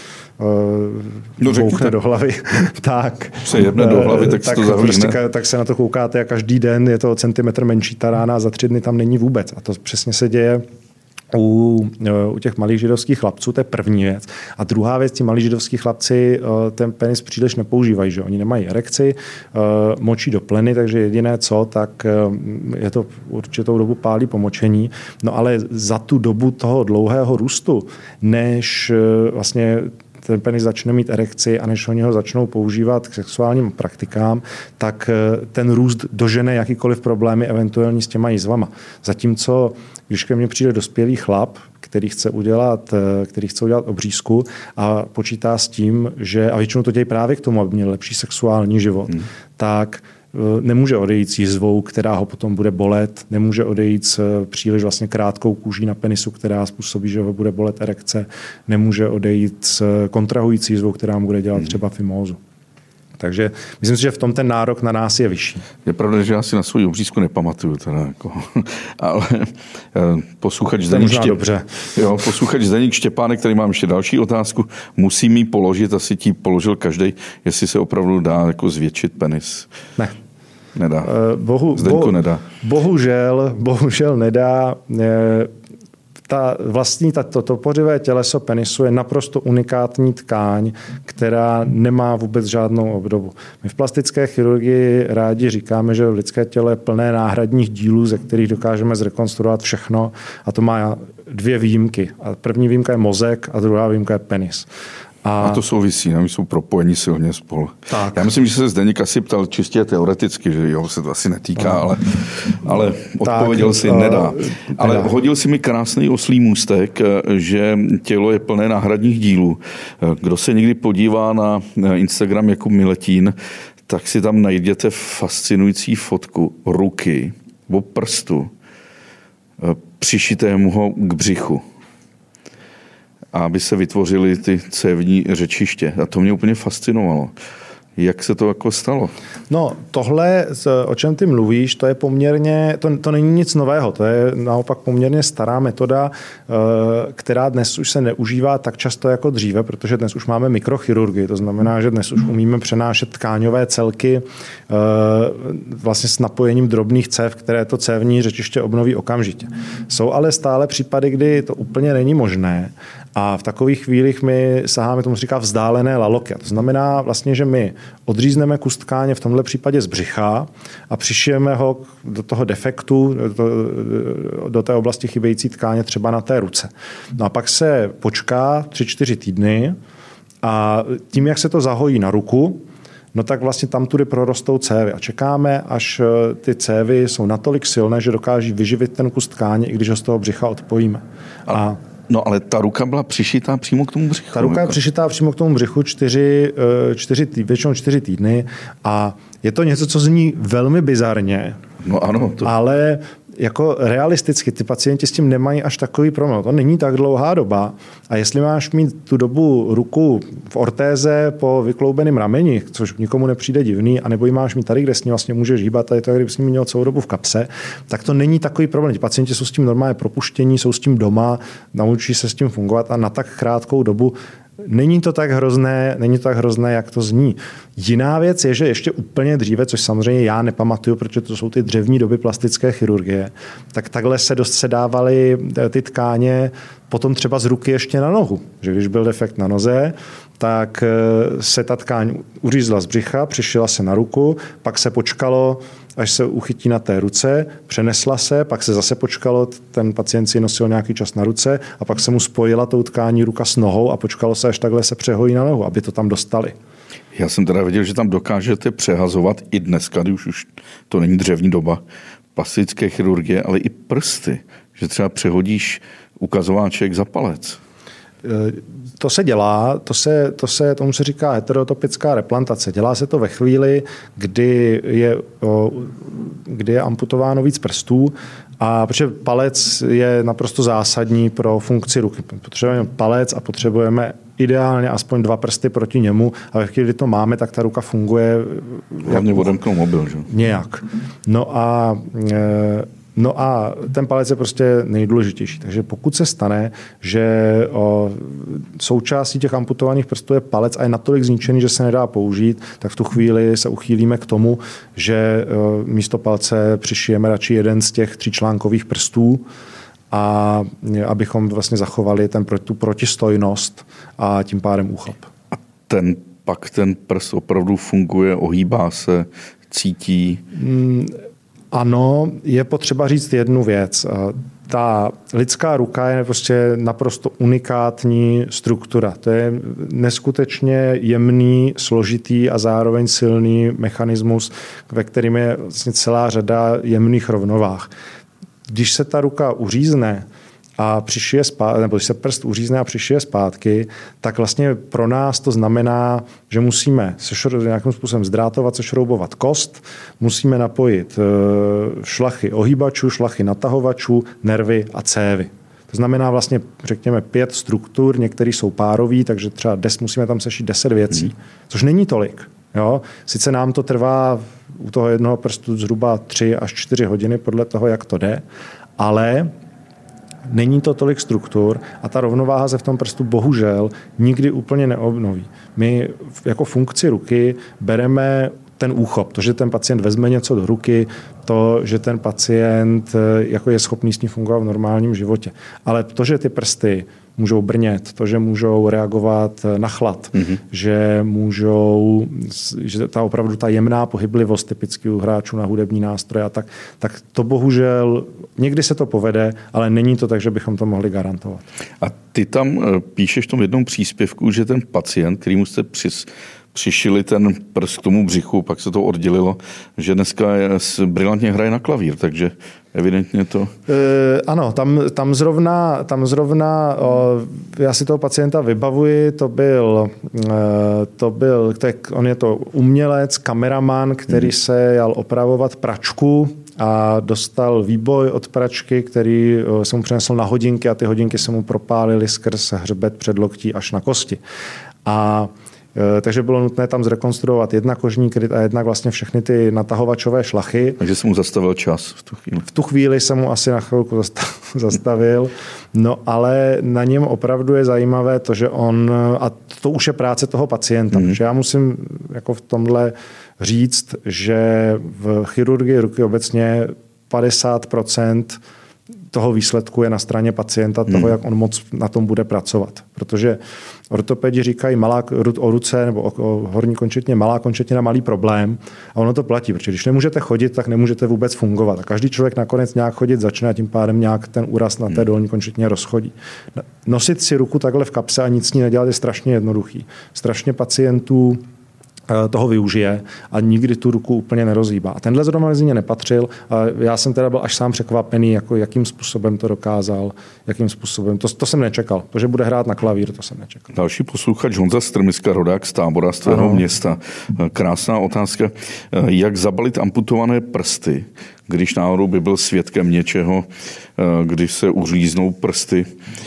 uh, bouchne do hlavy, tak se jebne do hlavy, tak, tak, to prostě, tak se na to koukáte a každý den je to o centimetr menší ta rána a za tři dny tam není vůbec. A to přesně se děje U, u těch malých židovských chlapců, to je první věc. A druhá věc, ti malí židovský chlapci ten penis příliš nepoužívají, že oni nemají erekci, močí do pleny, takže jediné co, tak je to určitou dobu pálí po močení. No ale za tu dobu toho dlouhého růstu, než vlastně ten penis začne mít erekci a než oni ho začnou používat k sexuálním praktikám, tak ten růst dožene jakýkoliv problémy eventuální s těma jizvama. Zatímco, když ke mně přijde dospělý chlap, který chce udělat, který chce udělat obřízku a počítá s tím, že, a většinou to dějí právě k tomu, aby měl lepší sexuální život, hmm. tak nemůže odejít s jizvou, která ho potom bude bolet, nemůže odejít s příliš vlastně krátkou kůží na penisu, která způsobí, že ho bude bolet erekce, nemůže odejít s kontrahující jizvou, která mu bude dělat třeba fimózu. Takže myslím si, že v tom ten nárok na nás je vyšší. Je pravda, že já si na svou obřízku nepamatuju. Teda jako, ale posluchač Zdeník Štěp... jo, posluchač Zdeník Štěpánek, který mám ještě další otázku, musí mi položit, asi ti položil každej, jestli se opravdu dá jako zvětšit penis. Ne. Nedá. Bohu, Zdeňku bohu, nedá. Bohužel, bohužel nedá. Ta vlastní to topořivé těleso penisu je naprosto unikátní tkáň, která nemá vůbec žádnou obdobu. My v plastické chirurgii rádi říkáme, že lidské tělo je plné náhradních dílů, ze kterých dokážeme zrekonstruovat všechno, a to má dvě výjimky. A první výjimka je mozek a druhá výjimka je penis. A, a to souvisí, ne? Jsou propojení silně spolu. Tak. Já myslím, že se Zdeněk asi ptal čistě teoreticky, že jo, se to asi netýká, ale, ale odpověděl tak, si, nedá. Ale nedá. Hodil si mi krásný oslý můstek, že tělo je plné náhradních dílů. Kdo se někdy podívá na Instagram jako Miletín, tak si tam najděte fascinující fotku ruky nebo prstu přišitého k břichu, aby se vytvořily ty cévní řečiště. A to mě úplně fascinovalo. Jak se to jako stalo? No, tohle, o čem ty mluvíš, to je poměrně, to, to není nic nového, to je naopak poměrně stará metoda, která dnes už se neužívá tak často jako dříve, protože dnes už máme mikrochirurgii, to znamená, že dnes už umíme přenášet tkáňové celky vlastně s napojením drobných cév, které to cévní řečiště obnoví okamžitě. Jsou ale stále případy, kdy to úplně není možné, a v takových chvílích my saháme, tomu se říká vzdálené laloky. To znamená vlastně, že my odřízneme kus tkáně v tomhle případě z břicha a přišijeme ho do toho defektu, do, do té oblasti chybějící tkáně třeba na té ruce. No a pak se počká tři, čtyři týdny a tím, jak se to zahojí na ruku, no tak vlastně tam tudy prorostou cévy a čekáme, až ty cévy jsou natolik silné, že dokáží vyživit ten kus tkáně, i když ho z toho břicha odpojíme. A No ale ta ruka byla přišitá přímo k tomu břichu. Ta ruka je přišitá přímo k tomu břichu čtyři, čtyři, většinou čtyři týdny a je to něco, co zní velmi bizarně. No ano. To... Ale jako realisticky ty pacienti s tím nemají až takový problém. To není tak dlouhá doba a jestli máš mít tu dobu ruku v ortéze po vykloubeném rameni, což nikomu nepřijde divný, anebo ji máš mít tady, kde s ní vlastně můžeš hýbat, a je to, kdyby s ní měl celou dobu v kapse, tak to není takový problém. Ti pacienti jsou s tím normálně propuštění, jsou s tím doma, naučí se s tím fungovat a na tak krátkou dobu Není to tak hrozné, není to tak hrozné, jak to zní. Jiná věc je, že ještě úplně dříve, což samozřejmě já nepamatuju, protože to jsou ty dřevní doby plastické chirurgie, tak takhle se dost se dávaly ty tkáně potom třeba z ruky ještě na nohu. Že když byl defekt na noze, tak se ta tkáň uřízla z břicha, přišila se na ruku, pak se počkalo, až se uchytí na té ruce, přenesla se, pak se zase počkalo, ten pacient si nosil nějaký čas na ruce a pak se mu spojila tou tkání ruka s nohou a počkalo se, až takhle se přehojí na nohu, aby to tam dostali. Já jsem teda viděl, že tam dokážete přehazovat i dneska, když už to není dřevní doba plastické chirurgie, ale i prsty, že třeba přehodíš ukazováček za palec. To se dělá, to se, to se, tomu se říká heterotopická replantace. Dělá se to ve chvíli, kdy je, kdy je amputováno víc prstů, a protože palec je naprosto zásadní pro funkci ruky. Potřebujeme palec a potřebujeme ideálně aspoň dva prsty proti němu, a ve chvíli, kdy to máme, tak ta ruka funguje hlavně odemknout mobil, že? Nějak. No a No a ten palec je prostě nejdůležitější. Takže pokud se stane, že o, součástí těch amputovaných prstů je palec a je natolik zničený, že se nedá použít, tak v tu chvíli se uchýlíme k tomu, že o, místo palce přišijeme radši jeden z těch tříčlánkových prstů, a abychom vlastně zachovali ten, tu protistojnost a tím pádem úchop. A ten pak ten prst opravdu funguje, ohýbá se, cítí? Hmm, Ano, je potřeba říct jednu věc. Ta lidská ruka je prostě naprosto unikátní struktura. To je neskutečně jemný, složitý a zároveň silný mechanismus, ve kterém je vlastně celá řada jemných rovnovách. Když se ta ruka uřízne a přišije zpátky, nebo když se prst uřízne a přišije zpátky, tak vlastně pro nás to znamená, že musíme sešro, nějakým způsobem zdrátovat, sešroubovat kost, musíme napojit šlachy ohýbačů, šlachy natahovačů, nervy a cévy. To znamená vlastně, řekněme, pět struktur, některé jsou párový, takže třeba des, musíme tam sešít deset věcí, což není tolik. Jo? Sice nám to trvá u toho jednoho prstu zhruba tři až čtyři hodiny podle toho, jak to jde, ale není to tolik struktur a ta rovnováha se v tom prstu bohužel nikdy úplně neobnoví. My jako funkci ruky bereme ten úchop, to, že ten pacient vezme něco do ruky, to, že ten pacient jako je schopný s ní fungovat v normálním životě. Ale to, že ty prsty můžou brnět, to, že můžou reagovat na chlad, mm-hmm. že můžou, že ta opravdu ta jemná pohyblivost typicky u hráčů na hudební nástroje a tak, tak to bohužel, někdy se to povede, ale není to tak, že bychom to mohli garantovat. A ty tam píšeš v tom jednom příspěvku, že ten pacient, kterýmu jste přis přišili ten prst k tomu břichu, pak se to oddělilo, že dneska je, brilantně hraje na klavír, takže evidentně to... E, ano, tam, tam zrovna, tam zrovna o, já si toho pacienta vybavuji, to byl, e, to byl tak on je to umělec, kameraman, který hmm. se jal opravovat pračku a dostal výboj od pračky, který se mu přinesl na hodinky a ty hodinky se mu propálily skrz hřbet předloktí až na kosti. A takže bylo nutné tam zrekonstruovat jednak kožní kryt a jednak vlastně všechny ty natahovačové šlachy. Takže se mu zastavil čas v tu chvíli. V tu chvíli se mu asi na chvilku zastavil. No ale na něm opravdu je zajímavé to, že on, a to už je práce toho pacienta, mm. protože já musím jako v tomhle říct, že v chirurgii ruky obecně padesát procent toho výsledku je na straně pacienta, toho, hmm. jak on moc na tom bude pracovat. Protože ortopedi říkají malá, o ruce nebo o, o horní končetině malá končetina, malý problém a ono to platí, protože když nemůžete chodit, tak nemůžete vůbec fungovat. A každý člověk nakonec nějak chodit začne a tím pádem nějak ten úraz na té dolní končetině rozchodí. Nosit si ruku takhle v kapse a nic s ní nedělat je strašně jednoduchý. Strašně pacientů toho využije a nikdy tu ruku úplně nerozhýbá. A tenhle zrovna mezi ně nepatřil. A já jsem teda byl až sám překvapený, jako jakým způsobem to dokázal, jakým způsobem. To, to jsem nečekal. To, že bude hrát na klavír, to jsem nečekal. Další posluchač Honza Strmiska, rodák z Tábora, z tvého ano. města. Krásná otázka. Jak zabalit amputované prsty, když náhodou by byl svědkem něčeho, když se uříznou prsty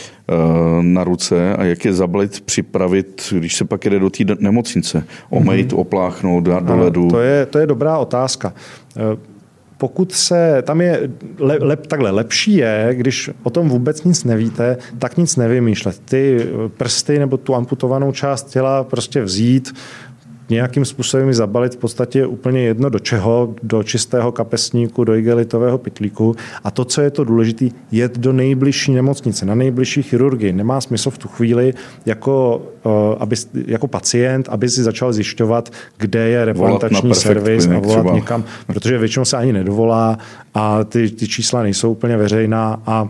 na ruce a jak je zabalit, připravit, když se pak jede do té nemocnice, omejt, mm-hmm. opláchnout, dát do ledu? To je, to je dobrá otázka. Pokud se, tam je le, lep, takhle, lepší je, když o tom vůbec nic nevíte, tak nic nevymýšlet. Ty prsty nebo tu amputovanou část těla prostě vzít, nějakým způsobem zabalit v podstatě úplně jedno do čeho, do čistého kapesníku, do igelitového pytlíku. A to, co je to důležité, jet do nejbližší nemocnice, na nejbližší chirurgii. Nemá smysl v tu chvíli jako, aby, jako pacient, aby si začal zjišťovat, kde je replantační servis a volat třeba někam, protože většinou se ani nedovolá a ty, ty čísla nejsou úplně veřejná a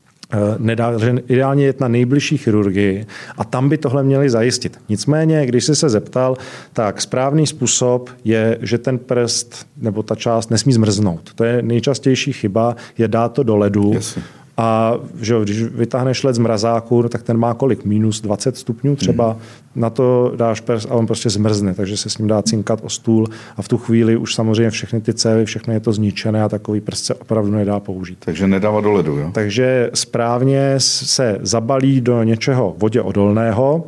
nedá, že ideálně jet na nejbližší chirurgii a tam by tohle měli zajistit. Nicméně, když jsi se zeptal, tak správný způsob je, že ten prst nebo ta část nesmí zmrznout. To je nejčastější chyba, je dát to do ledu. Yes. A že když vytáhneš led z mrazáku, tak ten má kolik? Minus dvacet stupňů třeba. Mm. Na to dáš prst a on prostě zmrzne, takže se s ním dá cinkat o stůl a v tu chvíli už samozřejmě všechny ty cévy, všechno je to zničené a takový prst se opravdu nedá použít. Takže nedávat do ledu, jo? Takže správně se zabalí do něčeho vodě odolného.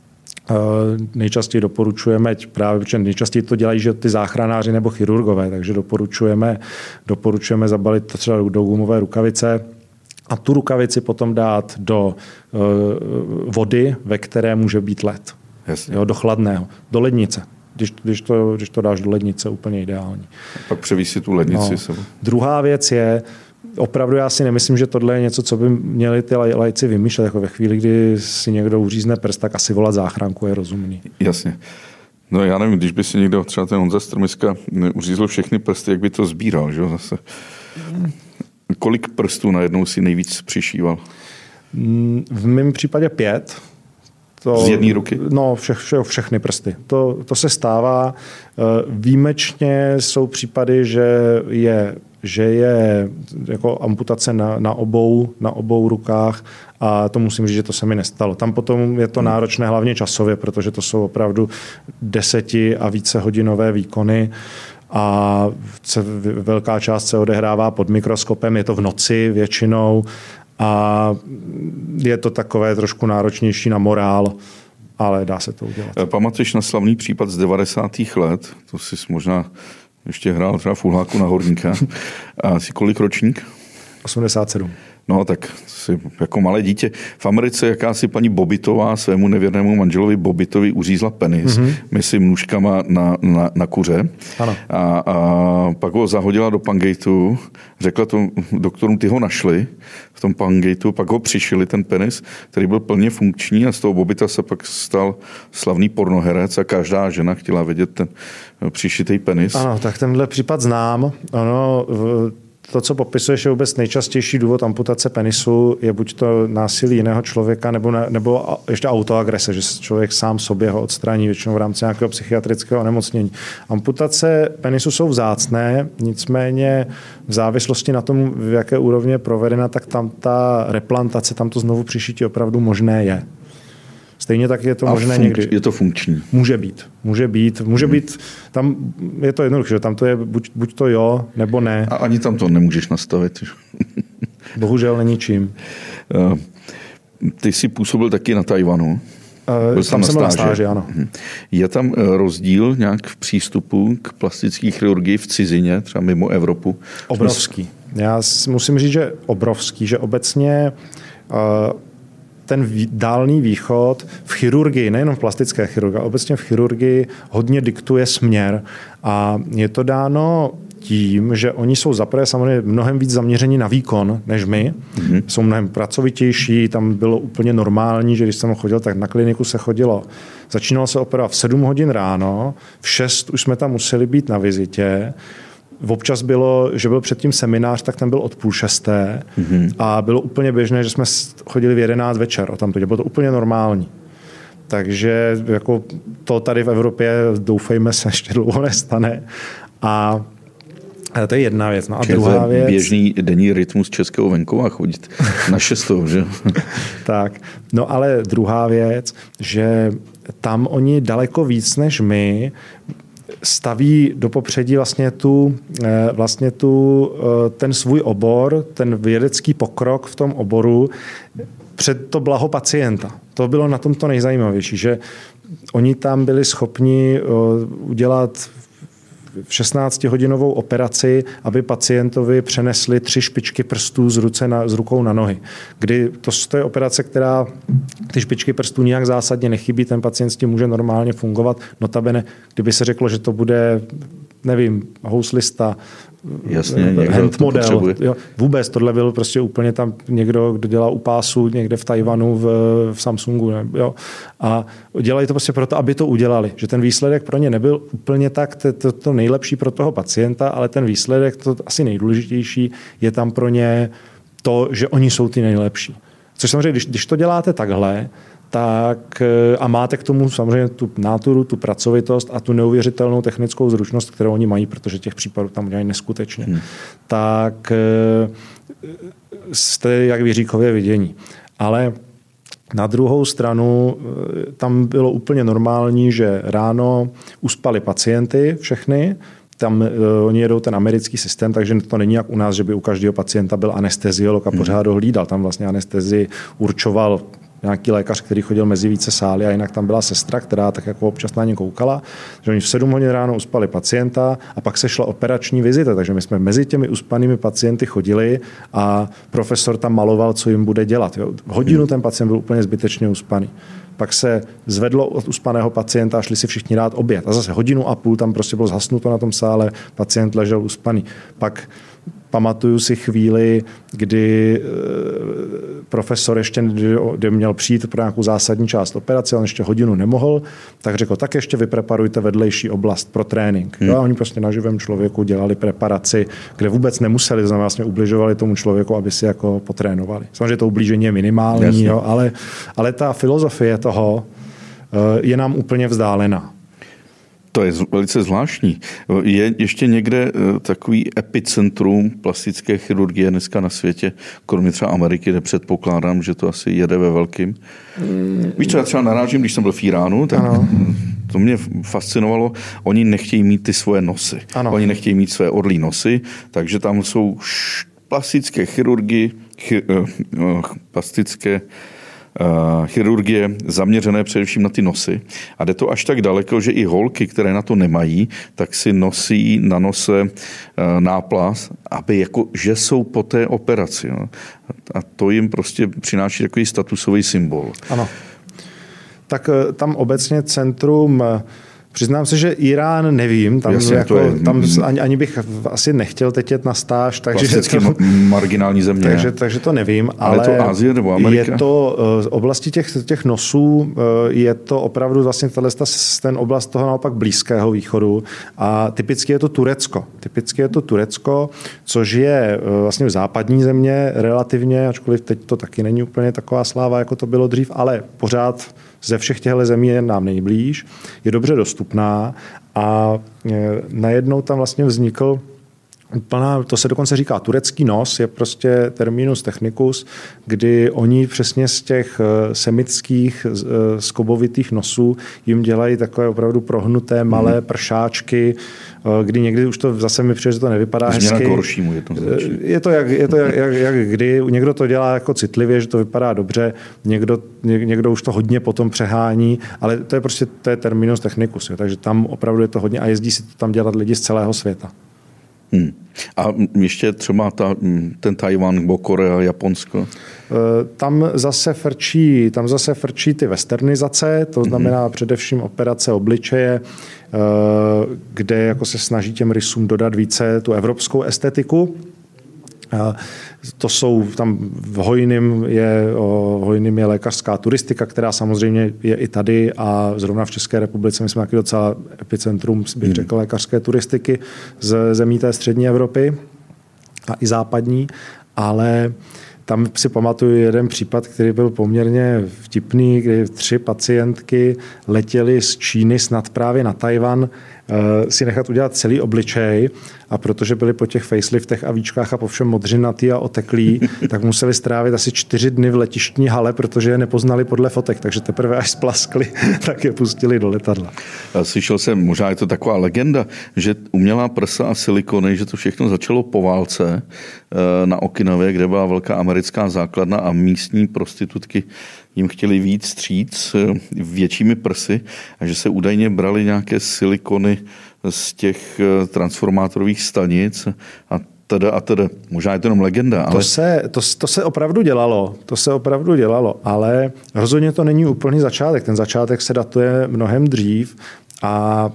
Nejčastěji doporučujeme, právě protože nejčastěji to dělají že ty záchranáři nebo chirurgové, takže doporučujeme, doporučujeme zabalit to třeba do gumové rukavice, a tu rukavici potom dát do uh, vody, ve které může být led. Jo, do chladného. Do lednice. Když, když, to, když to dáš do lednice, úplně ideální. A pak převísi tu lednici. No. Druhá věc je, opravdu já si nemyslím, že tohle je něco, co by měli ty lajci vymýšlet. Jako ve chvíli, kdy si někdo uřízne prst, tak asi volat záchranku je rozumný. Jasně. No já nevím, když by si někdo, třeba ten Honza Strmiska, uřízl všechny prsty, jak by to sbíral, že zase? Hmm. Kolik prstů najednou si nejvíc přišíval? V mém případě pět. To, z jedné ruky? No, vše, vše, všechny prsty. To, to se stává. Výjimečně jsou případy, že je, že je jako amputace na, na, obou, na obou rukách a to musím říct, že to se mi nestalo. Tam potom je to náročné hlavně časově, protože to jsou opravdu deseti a více hodinové výkony. A velká část se odehrává pod mikroskopem, je to v noci většinou a je to takové trošku náročnější na morál ale dá se to udělat. Pamatuješ na slavný případ z devadesátých let? To jsi možná ještě hrál třeba v Hulháku na horníka. A jsi kolik ročník? osmdesát sedm. No tak jsi jako malé dítě. V Americe jakási paní Bobitová svému nevěrnému manželovi Bobitovi uřízla penis, mm-hmm. myslím nůžkama na, na, na kuře. Ano. A, a pak ho zahodila do pangejtu, řekla to doktorům, ty ho našli v tom pangejtu, pak ho přišili ten penis, který byl plně funkční a z toho Bobita se pak stal slavný pornoherec a každá žena chtěla vidět ten přišitý penis. Ano, tak tenhle případ znám. Ano, to, co popisuješ, je vůbec nejčastější důvod amputace penisu, je buď to násilí jiného člověka, nebo, ne, nebo ještě autoagrese, že člověk sám sobě ho odstraní, většinou v rámci nějakého psychiatrického onemocnění. Amputace penisu jsou vzácné, nicméně v závislosti na tom, v jaké úrovni je provedena, tak tam ta replantace, tam to znovu přišití opravdu možné je. Stejně tak je to a možné funkč, někdy. Je to funkční? Může být. Může být. Může hmm. být. Tam je to jednoduché, že tam to je buď, buď to jo, nebo ne. A ani tam to nemůžeš nastavit. Bohužel není čím. Ty jsi působil taky na Tajvanu. Byl tam jsem byl na stáži, ano. Je tam rozdíl nějak v přístupu k plastické chirurgii v cizině, třeba mimo Evropu? Obrovský. Já musím říct, že obrovský, že obecně ten dálný východ v chirurgii, nejenom v plastické chirurgii, ale obecně v chirurgii hodně diktuje směr. A je to dáno tím, že oni jsou zaprvé samozřejmě mnohem víc zaměření na výkon než my. Mm-hmm. Jsou mnohem pracovitější, tam bylo úplně normální, že když jsem chodil, tak na kliniku se chodilo. Začínalo se operovat v sedm hodin ráno, v šest už jsme tam museli být na vizitě. Občas bylo, že byl předtím seminář, tak ten byl od půl šesté mm-hmm. a bylo úplně běžné, že jsme chodili v jedenáct večer. Tamto, bylo to úplně normální. Takže jako to tady v Evropě, doufejme se, ještě dlouho nestane. A to je jedna věc. No a druhá věc... Běžný denní rytmus českého venkova chodit na šestou, že? Tak. No ale druhá věc, že tam oni daleko víc než my staví do popředí vlastně tu, vlastně tu, ten svůj obor, ten vědecký pokrok v tom oboru před to blaho pacienta. To bylo na tom to nejzajímavější, že oni tam byli schopni udělat v šestnáctihodinovou operaci, aby pacientovi přenesli tři špičky prstů z, ruce na, z rukou na nohy. Kdy to, to je operace, která ty špičky prstů nijak zásadně nechybí, ten pacient s tím může normálně fungovat. Notabene, kdyby se řeklo, že to bude, nevím, houslista, jasně, hand model. Jo, vůbec tohle byl prostě úplně tam někdo, kdo dělá u pásu někde v Tajvanu, v, v Samsungu. Ne, jo. A dělají to prostě proto, aby to udělali. Že ten výsledek pro ně nebyl úplně tak to, to, to nejlepší pro toho pacienta, ale ten výsledek, to asi nejdůležitější, je tam pro ně to, že oni jsou ty nejlepší. Což samozřejmě, když, když to děláte takhle, tak a máte k tomu samozřejmě tu náturu, tu pracovitost a tu neuvěřitelnou technickou zručnost, kterou oni mají, protože těch případů tam udělají neskutečně, hmm. tak jste jak Jiříkově vidění. Ale na druhou stranu tam bylo úplně normální, že ráno uspali pacienty všechny, tam uh, oni jedou ten americký systém, takže to není jak u nás, že by u každého pacienta byl anesteziolog a pořád ho hlídal. Tam vlastně anestezii určoval nějaký lékař, který chodil mezi více sály a jinak tam byla sestra, která tak jako občas na ně koukala, že oni v sedm hodin ráno uspali pacienta a pak se šla operační vizita, takže my jsme mezi těmi uspanými pacienty chodili a profesor tam maloval, co jim bude dělat. Jo. Hodinu ten pacient byl úplně zbytečně uspaný. Pak se zvedlo od uspaného pacienta a šli si všichni dát oběd. A zase hodinu a půl tam prostě bylo zhasnuto na tom sále, pacient ležel uspaný. Pak pamatuju si chvíli, kdy profesor ještě kdy měl přijít pro nějakou zásadní část operace, on ještě hodinu nemohl, tak řekl, tak ještě vypreparujte vedlejší oblast pro trénink. Hmm. Jo, a oni prostě na živém člověku dělali preparaci, kde vůbec nemuseli, znamená vlastně ubližovali tomu člověku, aby si jako potrénovali. Samozřejmě to ublížení je minimální, jo, ale, ale ta filozofie toho je nám úplně vzdálená. To je velice zvláštní. Je ještě někde takový epicentrum plastické chirurgie dneska na světě, kromě třeba Ameriky, kde předpokládám, že to asi jede ve velkým. Mm. Víš co, já třeba narážím, když jsem byl v Iránu, tak ano. To mě fascinovalo. Oni nechtějí mít ty svoje nosy. Ano. Oni nechtějí mít své orlí nosy, takže tam jsou plastické chirurgy, chy, uh, uh, plastické chirurgie zaměřené především na ty nosy. A jde to až tak daleko, že i holky, které na to nemají, tak si nosí na nose náplast, aby jako, že jsou po té operaci. Jo. A to jim prostě přináší takový statusový symbol. Ano. Tak tam obecně centrum, přiznám se, že Irán nevím, tam, Jasně, jako, je, tam ani, ani bych asi nechtěl teď jet na stáž, takže to, marginální země. Takže, takže to nevím, ale, ale je to Asie nebo Amerika? Je to z oblasti těch, těch nosů, je to opravdu vlastně ten oblast toho naopak Blízkého východu a typicky je to Turecko. Typicky je to Turecko, což je vlastně v západní země relativně, ačkoliv teď to taky není úplně taková sláva, jako to bylo dřív, ale pořád ze všech těchto zemí je nám nejblíž, je dobře dostupná a najednou tam vlastně vznikl úplná, to se dokonce říká turecký nos, je prostě terminus technicus, kdy oni přesně z těch semitských skobovitých nosů jim dělají takové opravdu prohnuté malé hmm. pršáčky, kdy někdy už to zase mi přijde, že to nevypadá Změna hezky. K horšímu je to je to, jak, je to jak, jak, jak kdy. Někdo to dělá jako citlivě, že to vypadá dobře, někdo, někdo už to hodně potom přehání, ale to je prostě to je terminus technicus, jo, takže tam opravdu je to hodně a jezdí si to tam dělat lidi z celého světa. Hmm. A ještě třeba ta, ten Tajvan nebo Korea, Japonsko? Tam zase frčí, tam zase frčí ty westernizace, to znamená mm-hmm. především operace obličeje, kde jako se snaží těm rysům dodat více tu evropskou estetiku. To jsou tam v hojným je, o, hojným je lékařská turistika, která samozřejmě je i tady a zrovna v České republice my jsme taky docela epicentrum, bych řekl, lékařské turistiky z zemí té střední Evropy a i západní, ale tam si pamatuju jeden případ, který byl poměrně vtipný, kdy tři pacientky letěly z Číny snad právě na Tajvan si nechat udělat celý obličej a protože byli po těch faceliftech a víčkách a po všem modřinatý a oteklý, tak museli strávit asi čtyři dny v letištní hale, protože je nepoznali podle fotek, takže teprve až splaskli, tak je pustili do letadla. Slyšel jsem, možná je to taková legenda, že umělá prsa a silikony, že to všechno začalo po válce na Okinavě, kde byla velká americká základna a místní prostitutky jim chtěli víc stříc většími prsy a že se údajně brali nějaké silikony z těch transformátorových stanic a teda a teda. Možná je to jenom legenda, ale... To se, to, to se opravdu dělalo, to se opravdu dělalo, ale rozhodně to není úplný začátek. Ten začátek se datuje mnohem dřív a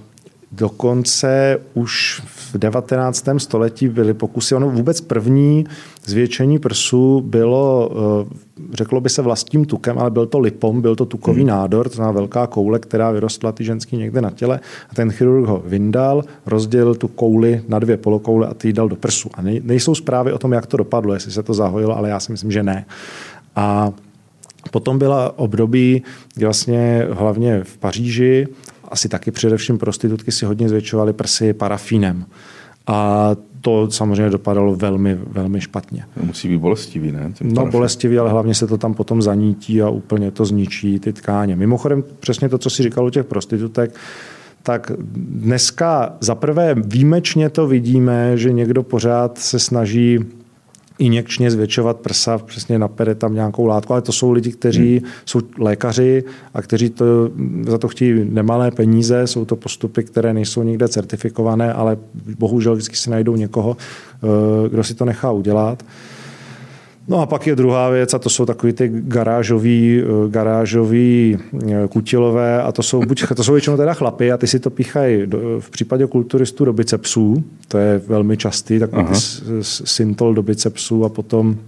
dokonce už v devatenáctém století byly pokusy. Ono vůbec první zvětšení prsů bylo, řeklo by se vlastním tukem, ale byl to lipom, byl to tukový hmm. nádor, to znamená velká koule, která vyrostla ty ženský někde na těle a ten chirurg ho vyndal, rozdělil tu kouli na dvě polokoule a ty dal do prsu. A nejsou zprávy o tom, jak to dopadlo, jestli se to zahojilo, ale já si myslím, že ne. A potom byla období, kdy vlastně hlavně v Paříži asi taky především prostitutky si hodně zvětšovaly prsy parafínem. A to samozřejmě dopadalo velmi, velmi špatně. To musí být bolestivý, ne? Tím no parafín. Bolestivý, ale hlavně se to tam potom zanítí a úplně to zničí ty tkáně. Mimochodem přesně to, co si říkal o těch prostitutek, tak dneska zaprvé výjimečně to vidíme, že někdo pořád se snaží injekčně zvětšovat prsa, přesně napere tam nějakou látku, ale to jsou lidi, kteří hmm. jsou lékaři a kteří to, za to chtějí nemalé peníze, jsou to postupy, které nejsou nikde certifikované, ale bohužel vždycky si najdou někoho, kdo si to nechá udělat. No a pak je druhá věc a to jsou takový ty garážový, garážový kutilové a to jsou, buď, to jsou většinou teda chlapy a ty si to píchají do, v případě kulturistů do bicepsů, to je velmi častý, takový ty syntol do bicepsů a potom,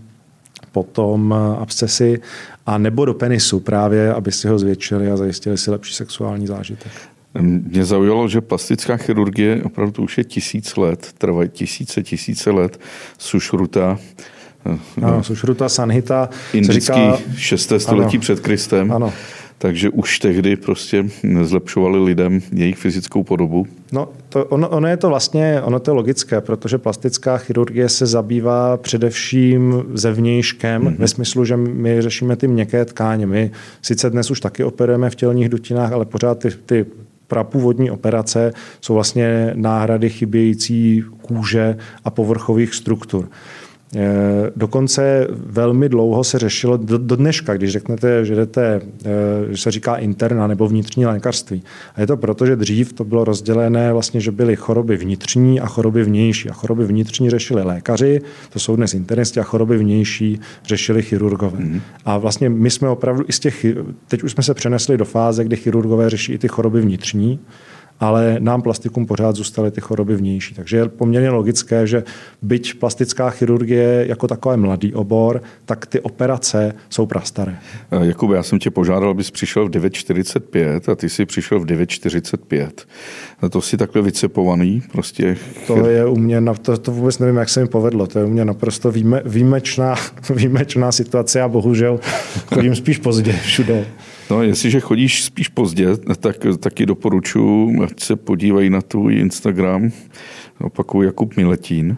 potom abscesy a nebo do penisu právě, aby si ho zvětšili a zajistili si lepší sexuální zážitek. Mě zaujalo, že plastická chirurgie opravdu už je tisíc let, trvají tisíce, tisíce let, Sušruta, Ano, Sušruta, Sanhita. Indický říká, šesté století ano, před Kristem. Ano. Takže už tehdy prostě zlepšovali lidem jejich fyzickou podobu. No, to, ono, ono je to vlastně, ono to je logické, protože plastická chirurgie se zabývá především zevnějškem, mm-hmm. ve smyslu, že my řešíme ty měkké tkáně. My sice dnes už taky operujeme v tělních dutinách, ale pořád ty, ty prapůvodní operace jsou vlastně náhrady chybějící kůže a povrchových struktur. Dokonce velmi dlouho se řešilo, do, do dneška, když řeknete, že, jdete, že se říká interna nebo vnitřní lékařství. A je to proto, že dřív to bylo rozdělené, vlastně, že byly choroby vnitřní a choroby vnější. A choroby vnitřní řešili lékaři, to jsou dnes internisti, a choroby vnější řešili chirurgové. Mm. A vlastně my jsme opravdu i z těch, teď už jsme se přenesli do fáze, kdy chirurgové řeší i ty choroby vnitřní, ale nám plastikům pořád zůstaly ty choroby vnější. Takže je poměrně logické, že byť plastická chirurgie jako takový mladý obor, tak ty operace jsou prastaré. Jakube, já jsem tě požádal, abys přišel v devět čtyřicet pět a ty jsi přišel v devět čtyřicet pět. To jsi takhle vycepovaný? Prostě... To je u mě, to, to vůbec nevím, jak se mi povedlo. To je u mě naprosto výjime, výjimečná, výjimečná situace a bohužel chodím spíš pozdě všude. No, jestliže chodíš spíš pozdě, tak taky doporučuji, ať se podívají na tvůj Instagram, opakuju Jakub Miletín.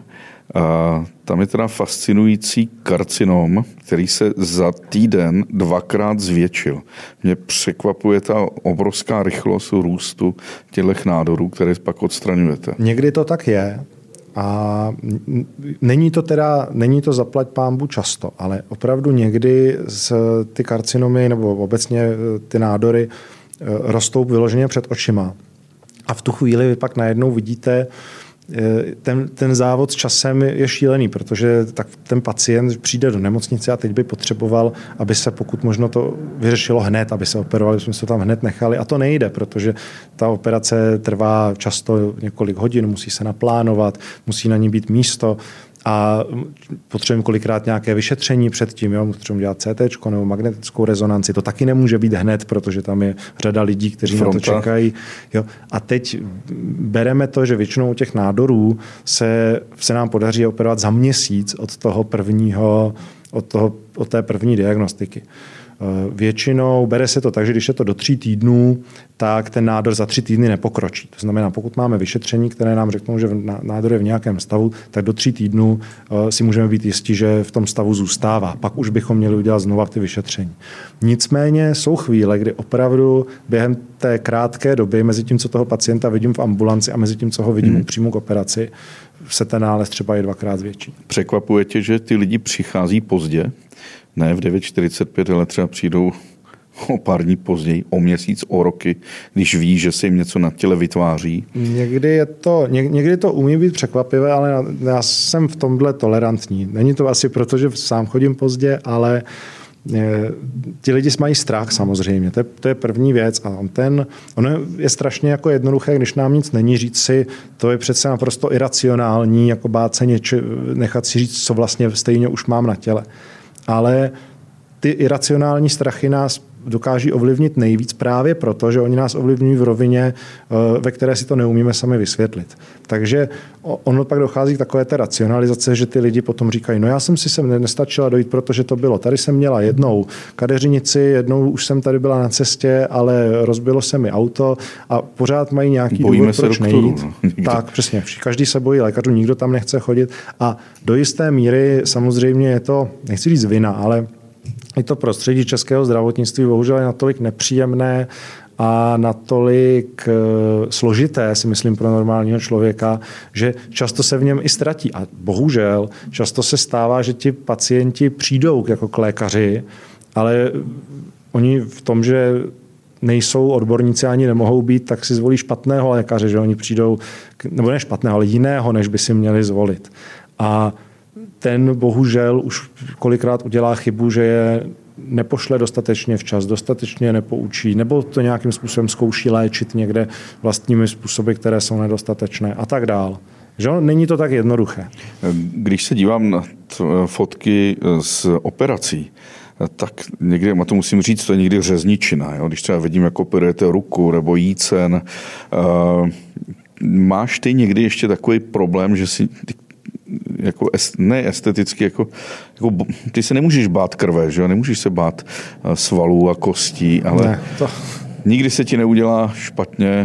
A tam je teda fascinující karcinom, který se za týden dvakrát zvětšil. Mě překvapuje ta obrovská rychlost růstu těchto nádorů, které pak odstraňujete. Někdy to tak je. A není to teda, není to zaplať pánbu často, ale opravdu někdy ty karcinomy nebo obecně ty nádory rostou vyloženě před očima. A v tu chvíli vy pak najednou vidíte, ten, ten závod s časem je šílený, protože tak ten pacient přijde do nemocnice a teď by potřeboval, aby se pokud možno to vyřešilo hned, aby se operovali, jsme se to tam hned nechali. A to nejde, protože ta operace trvá často několik hodin, musí se naplánovat, musí na ní být místo. A potřebujeme kolikrát nějaké vyšetření předtím, jo? Potřebujeme dělat C T nebo magnetickou rezonanci. To taky nemůže být hned, protože tam je řada lidí, kteří Fronta. na to čekají. Jo? A teď bereme to, že většinou těch nádorů se, se nám podaří operovat za měsíc od toho prvního, od, toho, od té první diagnostiky. Většinou bere se to tak, že když je to do tří týdnů, tak ten nádor za tři týdny nepokročí. To znamená, pokud máme vyšetření, které nám řeknou, že nádor je v nějakém stavu, tak do tří týdnů si můžeme být jistí, že v tom stavu zůstává. Pak už bychom měli udělat znova ty vyšetření. Nicméně jsou chvíle, kdy opravdu během té krátké doby, mezi tím, co toho pacienta vidím v ambulanci a mezi tím, co ho vidím hmm. přímo k operaci, se ten nález třeba je dvakrát zvětší. Překvapuje tě, že ty lidi přichází pozdě? Ne v devět čtyřicet pět, ale třeba přijdou o pár dní později, o měsíc, o roky, když ví, že se jim něco na těle vytváří. Někdy, je to, ně, někdy to umí být překvapivé, ale já jsem v tomhle tolerantní. Není to asi proto, že sám chodím pozdě, ale je, ti lidi mají strach samozřejmě. To je, to je první věc. A ten, ono je strašně jako jednoduché, když nám nic není, říct si, to je přece naprosto iracionální, jako bát se něče, nechat si říct, co vlastně stejně už mám na těle. Ale ty iracionální strachy nás dokáží ovlivnit nejvíc právě proto, že oni nás ovlivňují v rovině, ve které si to neumíme sami vysvětlit. Takže ono pak dochází k takové té racionalizace, že ty lidi potom říkají, no já jsem si sem nestačila dojít, protože to bylo. Tady jsem měla jednou kadeřinici, jednou už jsem tady byla na cestě, ale rozbilo se mi auto a pořád mají nějaký Bojíme důvod, proč doktoru, nejít. No. Tak, přesně. Každý se bojí lékařů, nikdo tam nechce chodit. A do jisté míry samozřejmě je to, nechci říct vina, ale i to prostředí českého zdravotnictví bohužel je natolik nepříjemné a natolik složité, si myslím, pro normálního člověka, že často se v něm i ztratí. A bohužel často se stává, že ti pacienti přijdou jako k lékaři, ale oni v tom, že nejsou odborníci ani nemohou být, tak si zvolí špatného lékaře, že oni přijdou, nebo ne špatného, ale jiného, než by si měli zvolit. A ten bohužel už kolikrát udělá chybu, že je nepošle dostatečně včas, dostatečně nepoučí, nebo to nějakým způsobem zkouší léčit někde vlastními způsoby, které jsou nedostatečné a tak dál. Že není to tak jednoduché. Když se dívám na fotky z operací, tak někdy, a to musím říct, to je někdy řezničina. Jo? Když třeba vidím, jak operujete ruku nebo jícen, uh, máš ty někdy ještě takový problém, že si jako ne esteticky, jako, jako ty se nemůžeš bát krve, že jo? Nemůžeš se bát svalů a kostí, ale ne, to... nikdy se ti neudělá špatně.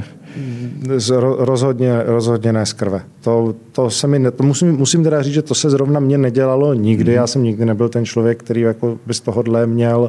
Rozhodně, rozhodně ne z krve. To, to se mi ne, to musím, musím teda říct, že to se zrovna mě nedělalo nikdy. Já jsem nikdy nebyl ten člověk, který jako by z tohohle měl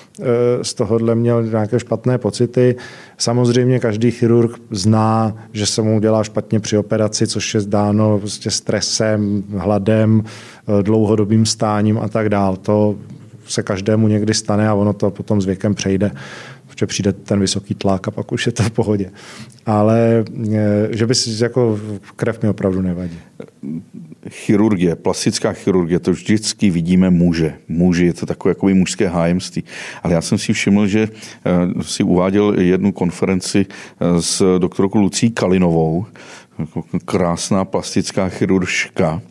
z tohohle měl nějaké špatné pocity. Samozřejmě každý chirurg zná, že se mu dělá špatně při operaci, což je dáno prostě stresem, hladem, dlouhodobým stáním a tak dál. To se každému někdy stane a ono to potom s věkem přejde, protože přijde ten vysoký tlak a pak už je to v pohodě. Ale že by si jako krev mi opravdu nevadí. Chirurgie, plastická chirurgie, to vždycky vidíme muže. Muži, je to takové jakoby mužské hájemství. Ale já jsem si všiml, že si uváděl jednu konferenci s doktorkou Lucí Kalinovou, krásná plastická chiruržka.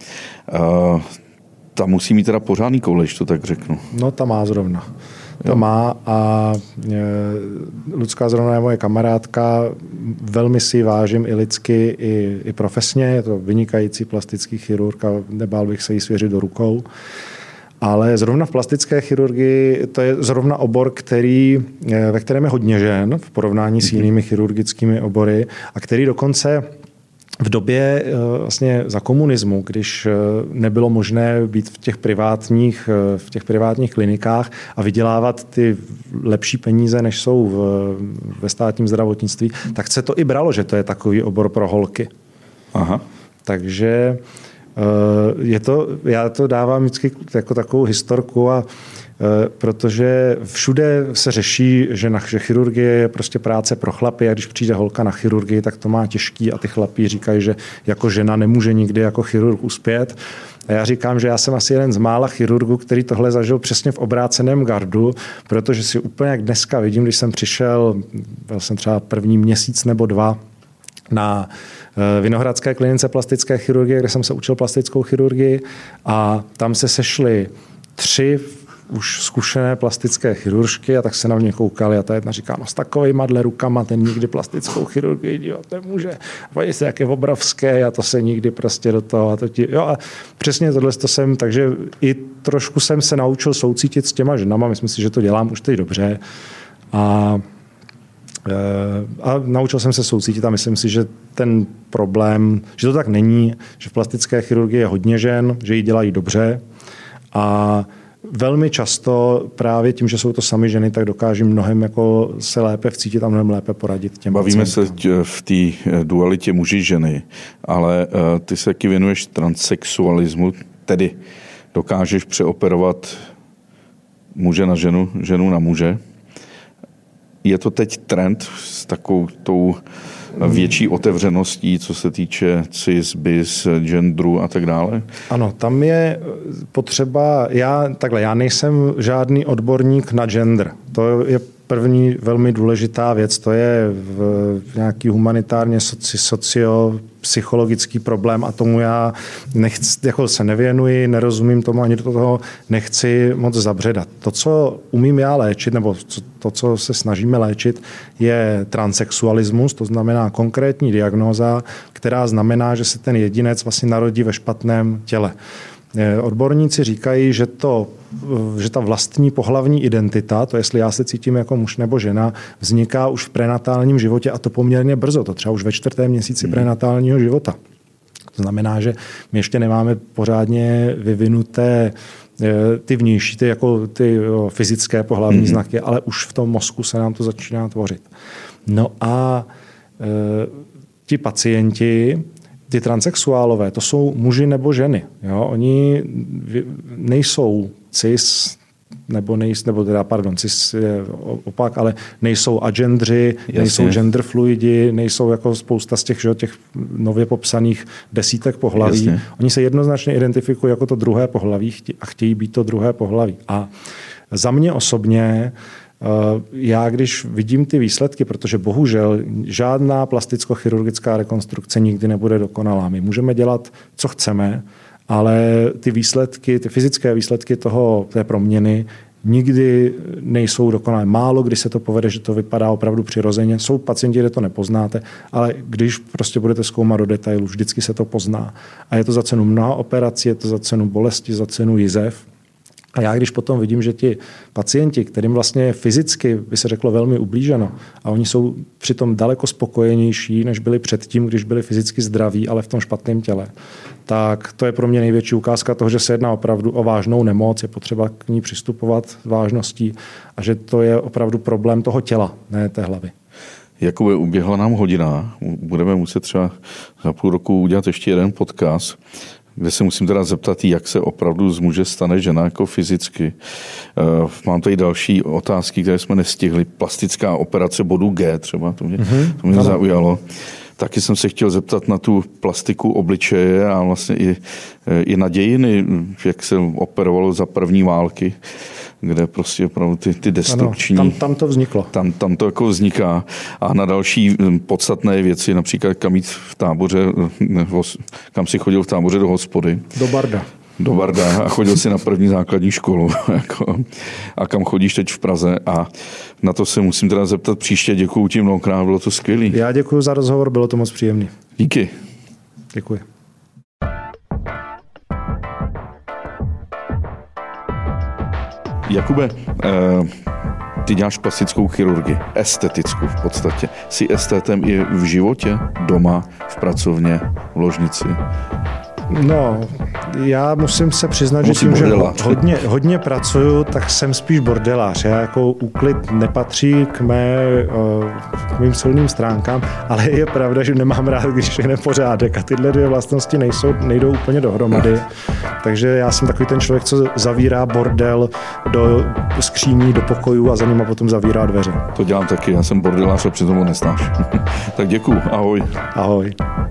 Ta musí mít teda pořádný koule, když to tak řeknu. No, ta má zrovna. To má a e, Lucka zrovna je moje kamarádka, velmi si ji vážím i lidsky, i, i profesně, je to vynikající plastický chirurg a nebál bych se jí svěřit do rukou. Ale zrovna v plastické chirurgii to je zrovna obor, který, ve kterém je hodně žen v porovnání s jinými chirurgickými obory a který dokonce v době vlastně za komunismu, když nebylo možné být v těch privátních, v těch privátních klinikách a vydělávat ty lepší peníze, než jsou v, ve státním zdravotnictví, tak se to i bralo, že to je takový obor pro holky. Aha. Takže je to, já to dávám vždycky jako takovou historku a protože všude se řeší, že, na, že chirurgie je prostě práce pro chlapy a když přijde holka na chirurgii, tak to má těžký a ty chlapí říkají, že jako žena nemůže nikdy jako chirurg uspět. A já říkám, že já jsem asi jeden z mála chirurgů, který tohle zažil přesně v obráceném gardu, protože si úplně jak dneska vidím, když jsem přišel, byl jsem třeba první měsíc nebo dva na Vinohradské klinice plastické chirurgie, kde jsem se učil plastickou chirurgii a tam se sešly tři už zkušené plastické chiruržky a tak se na mě koukali a ta jedna říká, no s takovejma dle rukama ten nikdy plastickou chirurgii dělat nemůže. Pojď se, jak je obrovské a to se nikdy prostě do toho a to ti, jo a přesně tohle to jsem, takže i trošku jsem se naučil soucítit s těma ženama, myslím si, že to dělám už teď dobře a A naučil jsem se soucítit a myslím si, že ten problém, že to tak není, že v plastické chirurgii je hodně žen, že ji dělají dobře a velmi často právě tím, že jsou to sami ženy, tak dokáží mnohem jako se lépe vcítit a mnohem lépe poradit těm Bavíme pacientům. se v té dualitě muži-ženy, ale ty se taky věnuješ transsexualismu, tedy dokážeš přeoperovat muže na ženu, ženu na muže. Je to teď trend s takovou tou větší otevřeností, co se týče cis, bis, genderu a tak dále? Ano, tam je potřeba, já, takhle, já nejsem žádný odborník na gender. To je první velmi důležitá věc, to je v nějaký humanitárně soci, socio-psychologický problém a tomu já nechci, jako se nevěnuji, nerozumím tomu ani do toho nechci moc zabředat. To, co umím já léčit, nebo to, co se snažíme léčit, je transsexualismus, to znamená konkrétní diagnóza, která znamená, že se ten jedinec vlastně narodí ve špatném těle. Odborníci říkají, že, to, že ta vlastní pohlavní identita, to jestli já se cítím jako muž nebo žena, vzniká už v prenatálním životě a to poměrně brzo, to třeba už ve čtvrtém měsíci hmm. prenatálního života. To znamená, že my ještě nemáme pořádně vyvinuté ty vnější, ty, jako ty jo, fyzické pohlavní hmm. znaky, ale už v tom mozku se nám to začíná tvořit. No a e, ti pacienti, ty transsexuálové, to jsou muži nebo ženy. Jo? Oni nejsou cis, nebo, nejsou, nebo teda, pardon, cis je opak, ale nejsou agendři, nejsou genderfluidi, nejsou jako spousta z těch, že, těch nově popsaných desítek pohlaví. Jasně. Oni se jednoznačně identifikují jako to druhé pohlaví a chtějí být to druhé pohlaví. A za mě osobně já, když vidím ty výsledky, protože bohužel žádná plasticko-chirurgická rekonstrukce nikdy nebude dokonalá. My můžeme dělat, co chceme, ale ty výsledky, ty fyzické výsledky toho, té proměny nikdy nejsou dokonalé. Málo kdy se to povede, že to vypadá opravdu přirozeně. Jsou pacienti, kde to nepoznáte, ale když prostě budete zkoumat do detailu, vždycky se to pozná. A je to za cenu mnoha operací, je to za cenu bolesti, za cenu jizev. A já, když potom vidím, že ti pacienti, kterým vlastně fyzicky by se řeklo velmi ublíženo a oni jsou přitom daleko spokojenější, než byli předtím, když byli fyzicky zdraví, ale v tom špatném těle, tak to je pro mě největší ukázka toho, že se jedná opravdu o vážnou nemoc, je potřeba k ní přistupovat s vážností a že to je opravdu problém toho těla, ne té hlavy. Jakube, uběhla nám hodina, budeme muset třeba za půl roku udělat ještě jeden podcast. kde se musím teda zeptat, jak se opravdu z muže stane žena jako fyzicky. Mám tady další otázky, které jsme nestihli. Plastická operace bodu G třeba, to mě, mm-hmm. to mě zaujalo. Taky jsem se chtěl zeptat na tu plastiku obličeje a vlastně i, i na dějiny, jak se operovalo za první války, kde prostě opravdu ty, ty destrukční... Ano, tam, tam to vzniklo. Tam, tam to jako vzniká. A na další podstatné věci, například kam jít v táboře, kam si chodil v táboře do hospody. Do barda. Do barda a chodil si na první základní školu. Jako, a kam chodíš teď v Praze. A na to se musím teda zeptat příště. Děkuju ti mnohokrát, bylo to skvělý. Já děkuju za rozhovor, bylo to moc příjemný. Díky. Děkuji. Jakube, eh, ty děláš plastickou chirurgii, estetickou v podstatě. Jsi estetem i v životě, doma, v pracovně, v ložnici? No, já musím se přiznat, že tím, že hodně, hodně pracuju, tak jsem spíš bordelář. Já jako úklid nepatří k, mé, k mým silným stránkám, ale je pravda, že nemám rád, když je nepořádek a tyhle dvě vlastnosti nejsou, nejdou úplně dohromady. Takže já jsem takový ten člověk, co zavírá bordel do skříní, do pokojů a za nima potom zavírá dveře. To dělám taky, já jsem bordelář a přitom ho nesnáš. Tak děkuju, ahoj. Ahoj.